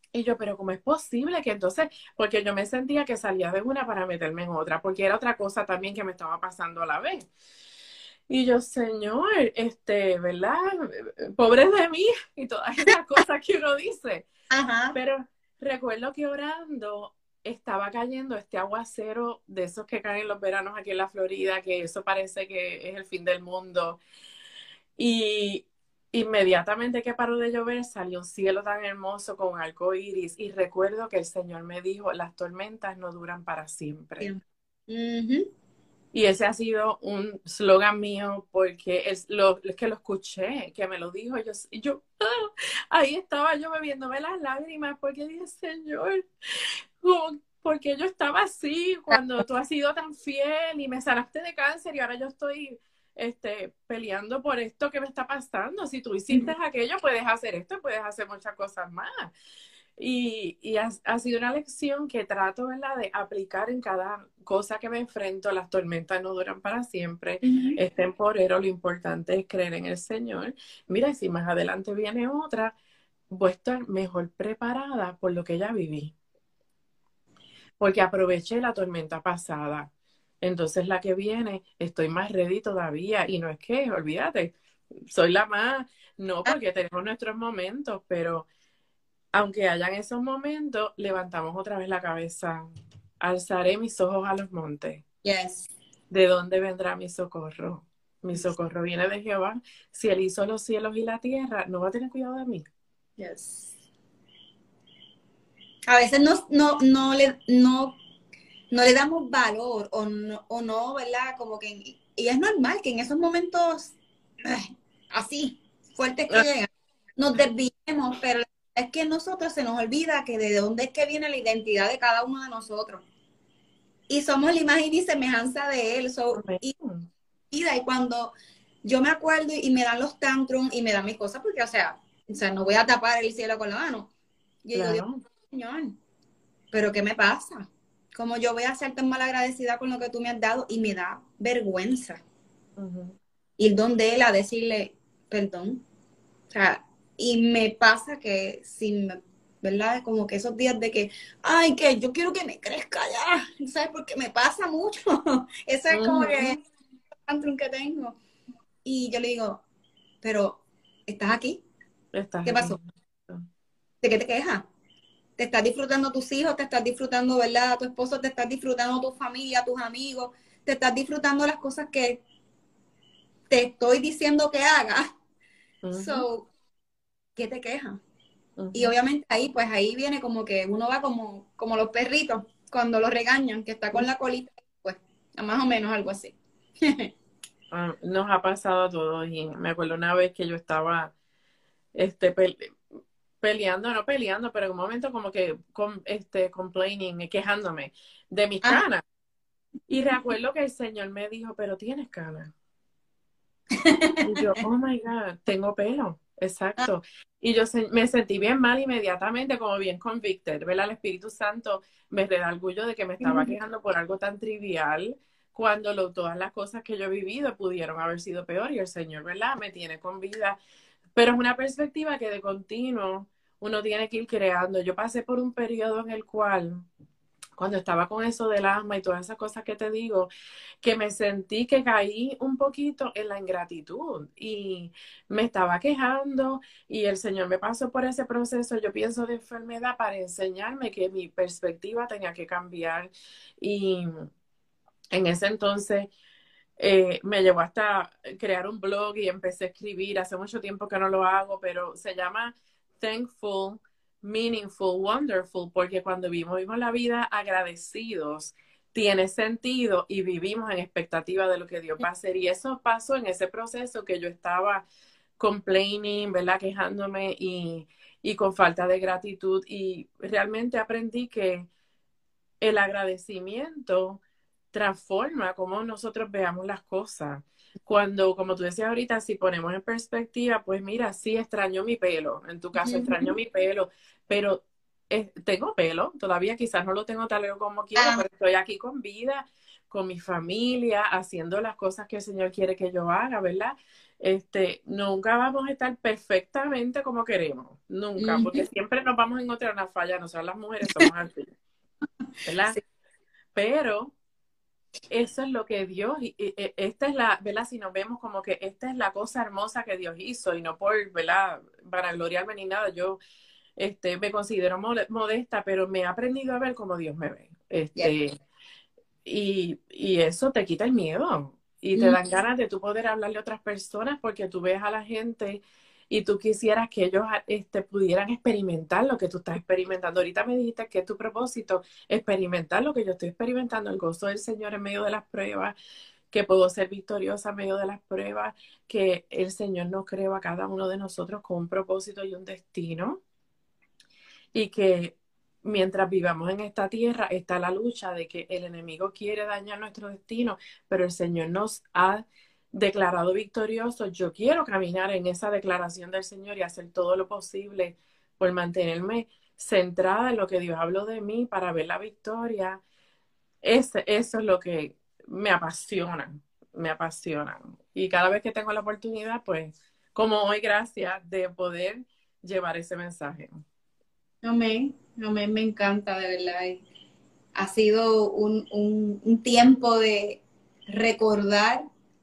Y yo, pero ¿cómo es posible que entonces, porque yo me sentía que salía de una para meterme en otra, porque era otra cosa también que me estaba pasando a la vez. Y yo, Señor, este, ¿verdad? Pobre de mí y todas esas cosas que uno dice. Ajá. Pero recuerdo que orando estaba cayendo este aguacero de esos que caen en los veranos aquí en la Florida, que eso parece que es el fin del mundo. Y inmediatamente que paró de llover, salió un cielo tan hermoso con arco iris. Y recuerdo que el Señor me dijo, las tormentas no duran para siempre. Uh-huh. Y ese ha sido un slogan mío porque es, lo, es que lo escuché, que me lo dijo. Yo, yo ah, ahí estaba yo bebiéndome las lágrimas porque dije, Señor, porque yo estaba así cuando tú has sido tan fiel y me sanaste de cáncer y ahora yo estoy este, peleando por esto que me está pasando. Si tú hiciste aquello, puedes hacer esto, puedes hacer muchas cosas más. Y, y ha, ha sido una lección que trato, ¿verdad?, de aplicar en cada cosa que me enfrento. Las tormentas no duran para siempre, uh-huh. Es temporero, lo importante es creer en el Señor. Mira, si más adelante viene otra, voy a estar mejor preparada por lo que ya viví. Porque aproveché la tormenta pasada. Entonces la que viene, estoy más ready todavía. Y no es que, olvídate, soy la más, no, porque tenemos nuestros momentos, pero aunque hayan esos momentos, levantamos otra vez la cabeza. Alzaré mis ojos a los montes. Yes. ¿De dónde vendrá mi socorro? Mi socorro viene de Jehová. Si él hizo los cielos y la tierra, ¿no va a tener cuidado de mí? Yes. A veces no, no, no, le, no, no le damos valor o no, o no, ¿verdad? Como que, y es normal que en esos momentos ay, así, fuertes que llegan, nos desviemos, pero es que a nosotros se nos olvida que de dónde es que viene la identidad de cada uno de nosotros. Y somos la imagen y semejanza de él. So, y, y cuando yo me acuerdo y me dan los tantrums y me dan mis cosas, porque, o sea, o sea, no voy a tapar el cielo con la mano. Yo claro. digo, Dios, Señor, ¿pero qué me pasa? Como yo voy a ser tan mal agradecida con lo que tú me has dado y me da vergüenza. Uh-huh. Ir donde él a decirle perdón. O sea, y me pasa que sin, ¿verdad? Como que esos días de que, ay, que yo quiero que me crezca ya, ¿sabes? Porque me pasa mucho. Eso es uh-huh. Como que el tantrum que tengo. Y yo le digo, pero, ¿estás aquí? ¿Estás ¿Qué pasó? Aquí? ¿De qué te quejas? Te estás disfrutando tus hijos, te estás disfrutando, ¿verdad? A tu esposo, te estás disfrutando tu familia, tus amigos, te estás disfrutando las cosas que te estoy diciendo que hagas. Uh-huh. So, ¿qué te quejas? Uh-huh. Y obviamente ahí, pues ahí viene como que uno va como, como los perritos cuando los regañan, que está con la colita, pues, más o menos algo así. uh, nos ha pasado a todos y me acuerdo una vez que yo estaba, este, pe- peleando, no peleando, pero en un momento como que con, este, complaining, quejándome de mis ah. canas. Y recuerdo que el Señor me dijo, pero tienes canas. Y yo, oh my God, tengo pelo. Exacto. Y yo se, me sentí bien mal inmediatamente, como bien convicted, ¿verdad? El Espíritu Santo me redarguyo de que me estaba quejando por algo tan trivial, cuando lo, todas las cosas que yo he vivido pudieron haber sido peor y el Señor, ¿verdad? Me tiene con vida. Pero es una perspectiva que de continuo uno tiene que ir creando. Yo pasé por un periodo en el cual, cuando estaba con eso del asma y todas esas cosas que te digo, que me sentí que caí un poquito en la ingratitud y me estaba quejando y el Señor me pasó por ese proceso, yo pienso, de enfermedad para enseñarme que mi perspectiva tenía que cambiar. Y en ese entonces eh, me llevó hasta crear un blog y empecé a escribir. Hace mucho tiempo que no lo hago, pero se llama Thankful, Meaningful, Wonderful, porque cuando vivimos la vida agradecidos, tiene sentido y vivimos en expectativa de lo que Dios va a hacer. Y eso pasó en ese proceso que yo estaba complaining, ¿verdad? Quejándome y, y con falta de gratitud. Y realmente aprendí que el agradecimiento transforma cómo nosotros veamos las cosas. Cuando, como tú decías ahorita, si ponemos en perspectiva, pues mira, sí extraño mi pelo, en tu caso extraño mi pelo, pero eh, tengo pelo, todavía quizás no lo tengo tal como quiero, pero estoy aquí con vida, con mi familia, haciendo las cosas que el Señor quiere que yo haga, ¿verdad? Este, nunca vamos a estar perfectamente como queremos, nunca, Ujú. porque siempre nos vamos a encontrar una falla, nosotras las mujeres somos así, ¿verdad? Sí. Pero eso es lo que Dios, y, y, y esta es la, ¿verdad? Si nos vemos como que esta es la cosa hermosa que Dios hizo, y no por, ¿verdad?, vanagloriarme ni nada, yo este, me considero modesta, pero me he aprendido a ver como Dios me ve. Este, Yeah. y, y eso te quita el miedo y te Ujú. dan ganas de tú poder hablarle a otras personas porque tú ves a la gente y tú quisieras que ellos este, pudieran experimentar lo que tú estás experimentando. Ahorita me dijiste que es tu propósito, experimentar lo que yo estoy experimentando, el gozo del Señor en medio de las pruebas, que puedo ser victoriosa en medio de las pruebas, que el Señor nos creó a cada uno de nosotros con un propósito y un destino. Y que mientras vivamos en esta tierra está la lucha de que el enemigo quiere dañar nuestro destino, pero el Señor nos ha declarado victoriosos. Yo quiero caminar en esa declaración del Señor y hacer todo lo posible por mantenerme centrada en lo que Dios habló de mí para ver la victoria. Ese, eso es lo que me apasiona, me apasiona. Y cada vez que tengo la oportunidad, pues, como hoy, gracias de poder llevar ese mensaje. Amén, amén, me encanta, de verdad. Ha sido un, un, un tiempo de recordar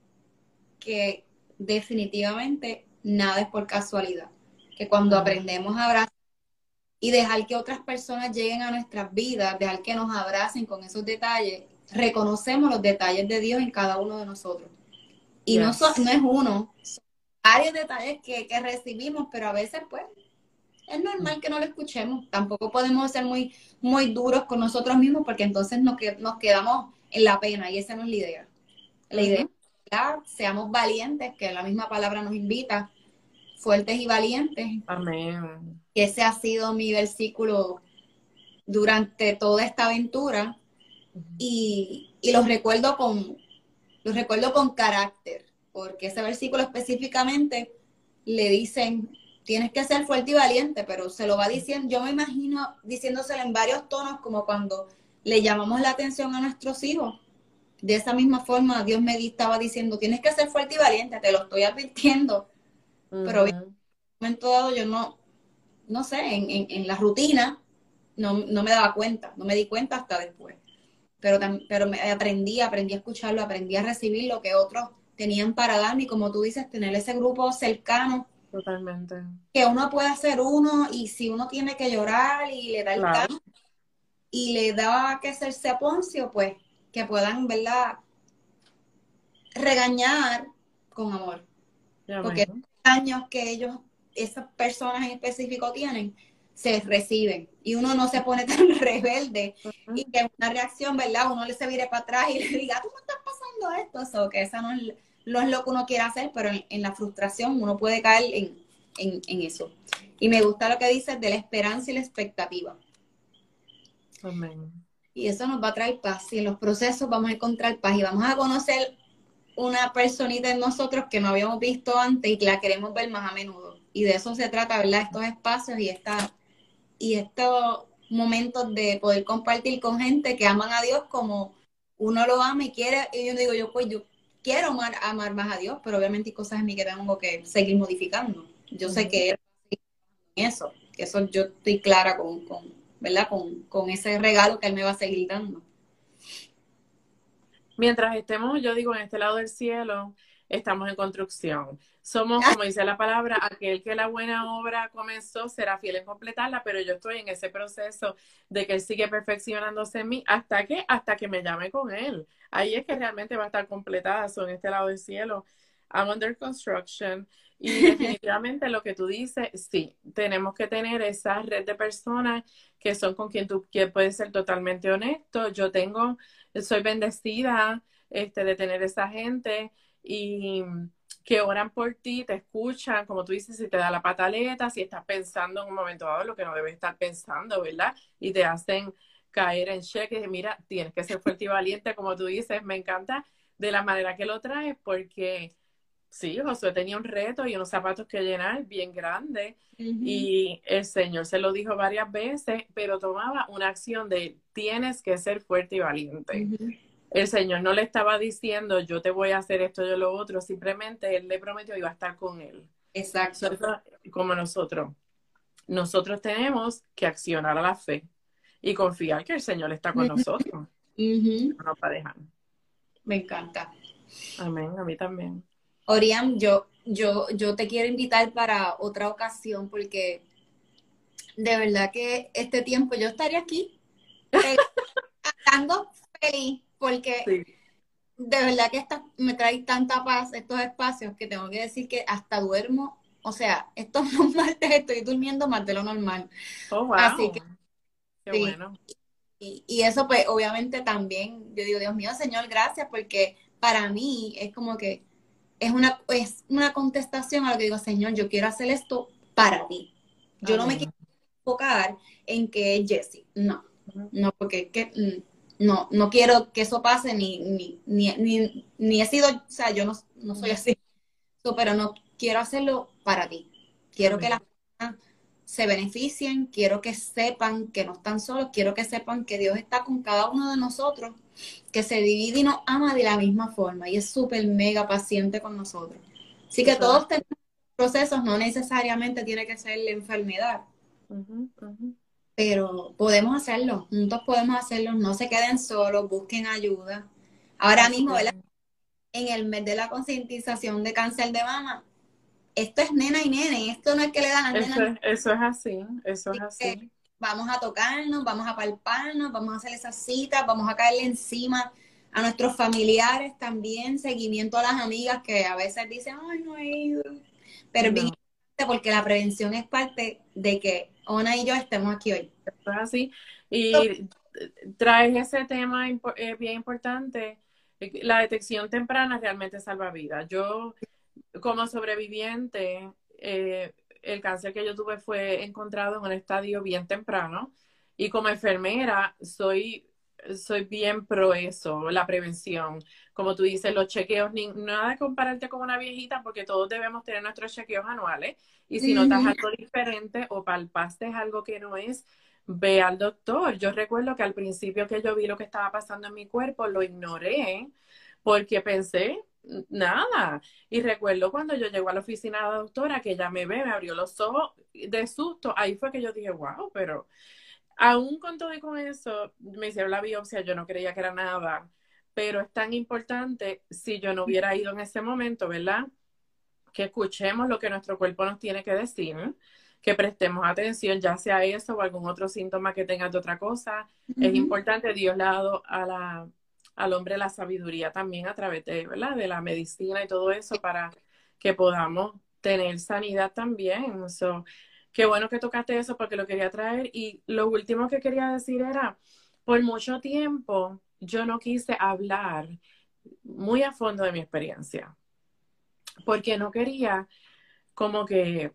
que definitivamente nada es por casualidad. Que cuando Amén. aprendemos a abrazar y dejar que otras personas lleguen a nuestras vidas, dejar que nos abracen con esos detalles, reconocemos los detalles de Dios en cada uno de nosotros. Y yes. no, so, no es uno, son varios detalles que, que recibimos, pero a veces pues es normal que no lo escuchemos. Tampoco podemos ser muy, muy duros con nosotros mismos porque entonces nos, nos quedamos en la pena y esa no es la idea. La uh-huh. idea es que seamos valientes, que la misma palabra nos invita, fuertes y valientes. Amén. Ese ha sido mi versículo durante toda esta aventura uh-huh. y, y los recuerdo con, los recuerdo con carácter, porque ese versículo específicamente le dicen... Tienes que ser fuerte y valiente, pero se lo va diciendo, yo me imagino diciéndoselo en varios tonos, como cuando le llamamos la atención a nuestros hijos. De esa misma forma, Dios me estaba diciendo, tienes que ser fuerte y valiente, te lo estoy advirtiendo. Uh-huh. Pero en un momento dado yo no, no sé, en, en, en la rutina no, no me daba cuenta, no me di cuenta hasta después. Pero, pero me, aprendí, aprendí a escucharlo, aprendí a recibir lo que otros tenían para darme y como tú dices, tener ese grupo cercano. Totalmente. Que uno puede ser uno y si uno tiene que llorar y le da el claro. caso y le da que hacerse a Poncio, pues que puedan, ¿verdad?, regañar con amor. Ya porque los daños que ellos, esas personas en específico tienen, se reciben y uno no se pone tan rebelde uh-huh. y que una reacción, ¿verdad?, uno le se vire para atrás y le diga, tú me estás pasando esto, eso, que esa no es, no es lo que uno quiere hacer, pero en, en la frustración uno puede caer en En, en eso. Y me gusta lo que dices de la esperanza y la expectativa. Amén. Y eso nos va a traer paz. Y en los procesos vamos a encontrar paz y vamos a conocer una personita en nosotros que no habíamos visto antes y que la queremos ver más a menudo. Y de eso se trata, ¿verdad? Estos espacios y, esta, y estos momentos de poder compartir con gente que aman a Dios como uno lo ama y quiere. Y yo digo, yo pues yo quiero amar, amar más a Dios, pero obviamente hay cosas en mí que tengo que seguir modificando. Yo uh-huh. sé que él eso, que eso yo estoy clara con, con ¿verdad? Con, con ese regalo que él me va a seguir dando. Mientras estemos, yo digo, en este lado del cielo, estamos en construcción. Somos, como dice la palabra, aquel que la buena obra comenzó será fiel en completarla, pero yo estoy en ese proceso de que él sigue perfeccionándose en mí. ¿Hasta qué? Hasta que me llame con él. Ahí es que realmente va a estar completada. So, en este lado del cielo, I'm under construction. Y definitivamente lo que tú dices, sí, tenemos que tener esa red de personas que son con quien tú que puedes ser totalmente honesto. Yo tengo, soy bendecida este, de tener esa gente y que oran por ti, te escuchan, como tú dices, si te da la pataleta, si estás pensando en un momento dado lo que no debes estar pensando, ¿verdad? Y te hacen caer en cheque, mira, tienes que ser fuerte y valiente, como tú dices, me encanta de la manera que lo traes, porque sí, Josué tenía un reto y unos zapatos que llenar bien grandes, uh-huh. y el Señor se lo dijo varias veces, pero tomaba una acción de tienes que ser fuerte y valiente. Uh-huh. el Señor no le estaba diciendo, yo te voy a hacer esto, yo lo otro, simplemente Él le prometió iba a estar con Él. Exacto. Eso, como nosotros. Nosotros tenemos que accionar a la fe y confiar que el Señor está con nosotros. Uh-huh. No nos va a dejar. Me encanta. Amén, a mí también. Orián, yo, yo, yo te quiero invitar para otra ocasión porque de verdad que este tiempo yo estaría aquí estando feliz porque Sí. de verdad que esta, me trae tanta paz estos espacios que tengo que decir que hasta duermo, o sea, estos martes estoy durmiendo más de lo normal. Oh, wow. Así que Qué sí. bueno. Y, y eso pues obviamente también, yo digo, Dios mío, Señor, gracias, porque para mí es como que es una, es una contestación a lo que digo, Señor, yo quiero hacer esto para ti. Yo Amén. no me quiero enfocar en que es Jessie, no, Uh-huh. no, porque que, no, no quiero que eso pase, ni, ni, ni, ni, ni he sido, o sea, yo no, no soy así, so, pero no quiero hacerlo para ti. Quiero Amén. que las personas se beneficien, quiero que sepan que no están solos, quiero que sepan que Dios está con cada uno de nosotros, que se divide y nos ama de la misma forma y es súper mega paciente con nosotros. Así que Eso todos es. tenemos procesos, no necesariamente tiene que ser la enfermedad, Uh-huh, uh-huh. pero podemos hacerlo, juntos podemos hacerlo, no se queden solos, busquen ayuda. Ahora Así mismo, ¿verdad? es. En el mes de la concientización de cáncer de mama, esto es nena y nene, esto no es que le dan a las Eso nenas. es, eso es así, eso es Así que así. vamos a tocarnos, vamos a palparnos, vamos a hacer esas citas, vamos a caerle encima a nuestros familiares también, seguimiento a las amigas que a veces dicen, ay, no he ido. Pero es bien No, importante porque la prevención es parte de que Ona y yo estemos aquí hoy. eso es así. Y traes ese tema impo- eh, bien importante. eh, La detección temprana realmente salva vidas. Yo, como sobreviviente, eh, el cáncer que yo tuve fue encontrado en un estadio bien temprano. Y como enfermera, soy, soy bien pro eso, la prevención. Como tú dices, los chequeos, ni, nada de compararte con una viejita, porque todos debemos tener nuestros chequeos anuales. Y si notas Ujú. algo diferente o palpaste algo que no es, ve al doctor. Yo recuerdo que al principio que yo vi lo que estaba pasando en mi cuerpo, lo ignoré porque pensé, nada. Y recuerdo cuando yo llego a la oficina de la doctora, que ella me ve, me abrió los ojos de susto. Ahí fue que yo dije, wow, pero aún con todo y con eso, me hicieron la biopsia, yo no creía que era nada. Pero es tan importante, si yo no hubiera ido en ese momento, ¿verdad? Que escuchemos lo que nuestro cuerpo nos tiene que decir, que prestemos atención, ya sea eso o algún otro síntoma que tengas de otra cosa. Es Ujú. importante, Dios le ha dado a la, al hombre la sabiduría también a través de, ¿verdad? de la medicina y todo eso para que podamos tener sanidad también. So, qué bueno que tocaste eso porque lo quería traer. Y lo último que quería decir era, por mucho tiempo yo no quise hablar muy a fondo de mi experiencia porque no quería como que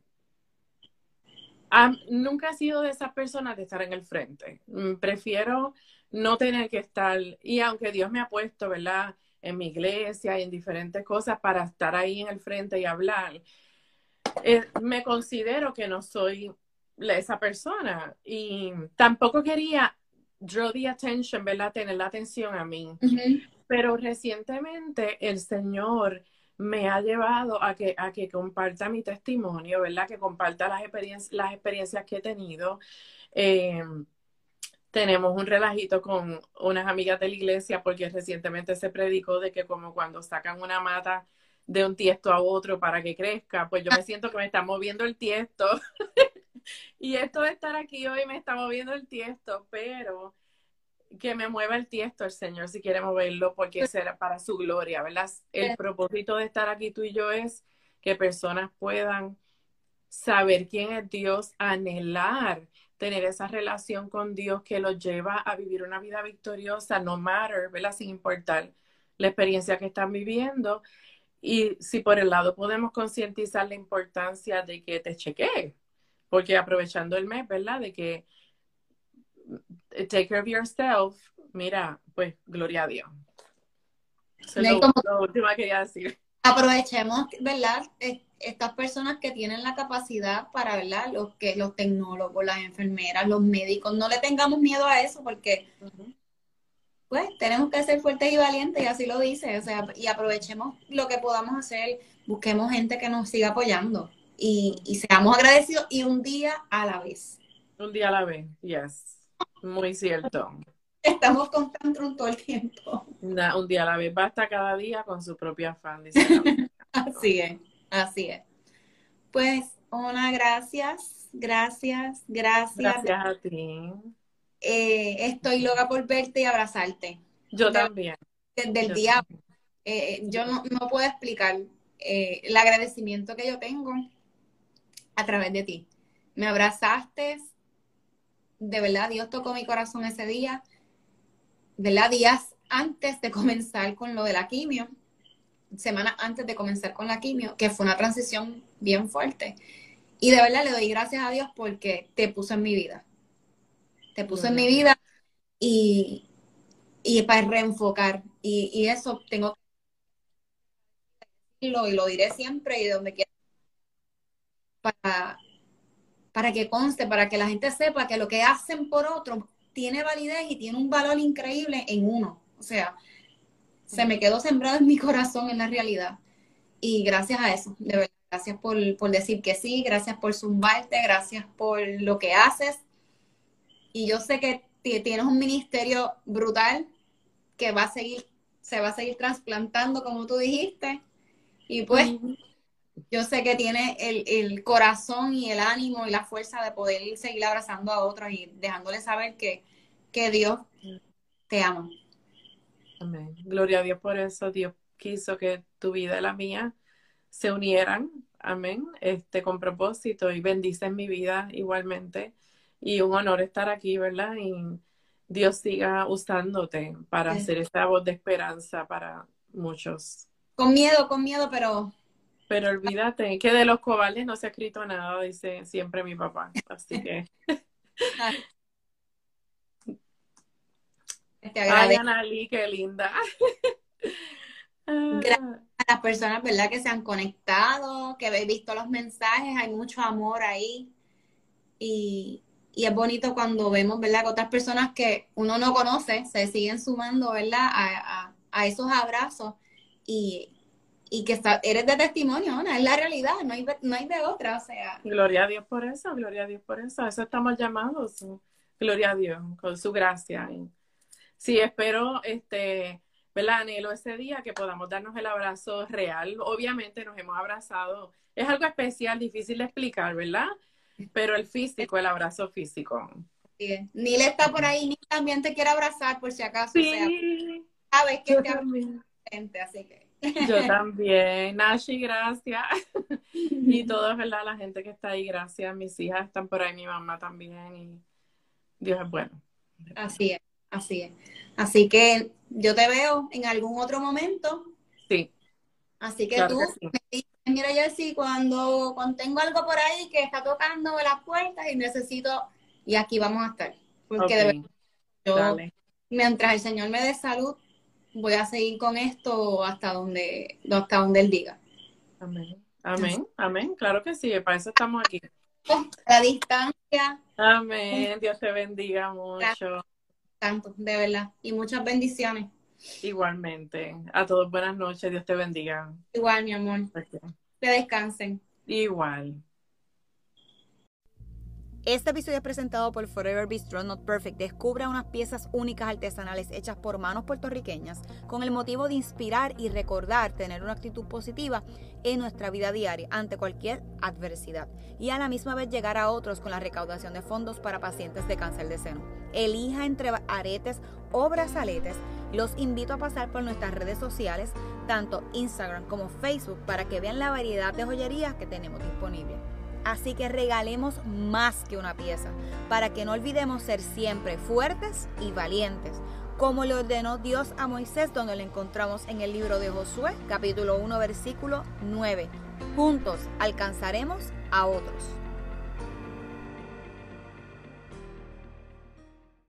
um, nunca he sido de esas personas de estar en el frente. Mm, Prefiero no tener que estar, y aunque Dios me ha puesto, ¿verdad? En mi iglesia y en diferentes cosas para estar ahí en el frente y hablar, eh, me considero que no soy la- esa persona y tampoco quería draw the attention, ¿verdad? Tener la atención a mí. Ujú. Pero recientemente el Señor me ha llevado a que, a que comparta mi testimonio, ¿verdad? Que comparta las experiencias, las experiencias que he tenido. Eh, tenemos un relajito con unas amigas de la iglesia porque recientemente se predicó de que como cuando sacan una mata de un tiesto a otro para que crezca, pues yo me siento que me está moviendo el tiesto. Y esto de estar aquí hoy me está moviendo el tiesto, pero que me mueva el tiesto el Señor si quiere moverlo porque será para su gloria, ¿verdad? El propósito de estar aquí tú y yo es que personas puedan saber quién es Dios, anhelar tener esa relación con Dios que los lleva a vivir una vida victoriosa, no matter, ¿verdad? Sin importar la experiencia que están viviendo. Y si por el lado podemos concientizar la importancia de que te chequees, porque aprovechando el mes, ¿verdad? De que take care of yourself, mira, pues gloria a Dios. Eso es No hay lo, como lo último que quería decir. aprovechemos, ¿verdad? Es- Estas personas que tienen la capacidad para, ¿verdad? Los que los tecnólogos, las enfermeras, los médicos, no le tengamos miedo a eso porque Uh-huh. pues tenemos que ser fuertes y valientes, y así lo dice, o sea, y aprovechemos lo que podamos hacer, busquemos gente que nos siga apoyando y, y seamos agradecidos y un día a la vez. Un día a la vez, yes. Muy cierto. Estamos con tantrum todo el tiempo. Una, un día a la vez, basta cada día con su propio afán, dice la Así es, así es. Pues, Ona, gracias, gracias, gracias. Gracias a ti. Eh, estoy loca por verte y abrazarte. Yo De- también. Desde el Yo día, también. eh, yo no, no puedo explicar eh, el agradecimiento que yo tengo a través de ti. Me abrazaste, de verdad, Dios tocó mi corazón ese día, de verdad, días antes de comenzar con lo de la quimio, semanas antes de comenzar con la quimio, que fue una transición bien fuerte. Y de verdad le doy gracias a Dios porque te puso en mi vida. Te puso en mi vida y, y para reenfocar. Y, y eso tengo que decirlo y lo diré siempre y de donde quiera. Para, para que conste, para que la gente sepa que lo que hacen por otro tiene validez y tiene un valor increíble en uno. O sea, se me quedó sembrado en mi corazón en la realidad. Y gracias a eso, de verdad, gracias por, por decir que sí, gracias por zumbarte, gracias por lo que haces. Y yo sé que t- tienes un ministerio brutal que va a seguir, se va a seguir trasplantando, como tú dijiste. Y pues, Ujú. yo sé que tienes el, el corazón y el ánimo y la fuerza de poder seguir abrazando a otros y dejándoles saber que, que Dios te ama. Amén. Gloria a Dios por eso. Dios quiso que tu vida y la mía se unieran. Amén. Este, con propósito y bendices mi vida igualmente. Y un honor estar aquí, ¿verdad? Y Dios siga usándote para Sí. ser esa voz de esperanza para muchos. Con miedo, con miedo, pero Pero olvídate que de los cobardes no se ha escrito nada, dice siempre mi papá. Así que, te ay, agradezco. Analí, qué linda. Gracias Ah, a las personas, ¿verdad? Que se han conectado, que he visto los mensajes, hay mucho amor ahí. Y, y es bonito cuando vemos, ¿verdad? Que otras personas que uno no conoce se siguen sumando, ¿verdad? A, a, a esos abrazos y, y que está, eres de testimonio, Ana, es la realidad, no hay, no hay de otra, o sea. Gloria a Dios por eso, gloria a Dios por eso. A eso estamos llamados. Gloria a Dios, con su gracia. Y sí, espero, este, ¿verdad? Anhelo ese día que podamos darnos el abrazo real. Obviamente nos hemos abrazado. Es algo especial, difícil de explicar, ¿verdad? Pero el físico, el abrazo físico. Sí, Nile está por ahí, Nile también te quiere abrazar por si acaso, o sea, Sí, sabes que yo te abraza también. gente, así que. Yo también. Nashi, gracias. Y todos, ¿verdad? La gente que está ahí, gracias. Mis hijas están por ahí, mi mamá también. Y Dios es bueno. Así es, así es. Así que yo te veo en algún otro momento. Sí, Así que claro tú que sí. me dices, mira, Jessy, cuando, cuando tengo algo por ahí que está tocando las puertas y necesito, y aquí vamos a estar. Porque de Ok, verdad, yo, dale. mientras el Señor me dé salud, voy a seguir con esto hasta donde, hasta donde Él diga. Amén. Amén, amén. Claro que sí, para eso estamos aquí. A la distancia, Amén. Dios te bendiga mucho. tanto, de verdad. Y muchas bendiciones. Igualmente. A todos buenas noches. Dios te bendiga. Igual, mi amor. Ok. Que descansen. Igual. Este episodio es presentado por Forever Be Strong Not Perfect. Descubra unas piezas únicas artesanales hechas por manos puertorriqueñas con el motivo de inspirar y recordar tener una actitud positiva en nuestra vida diaria ante cualquier adversidad y a la misma vez llegar a otros con la recaudación de fondos para pacientes de cáncer de seno. Elija entre aretes o brazaletes. Los invito a pasar por nuestras redes sociales, tanto Instagram como Facebook, para que vean la variedad de joyerías que tenemos disponibles. Así que regalemos más que una pieza, para que no olvidemos ser siempre fuertes y valientes, como le ordenó Dios a Moisés, donde lo encontramos en el libro de Josué, capítulo uno, versículo nueve. Juntos alcanzaremos a otros.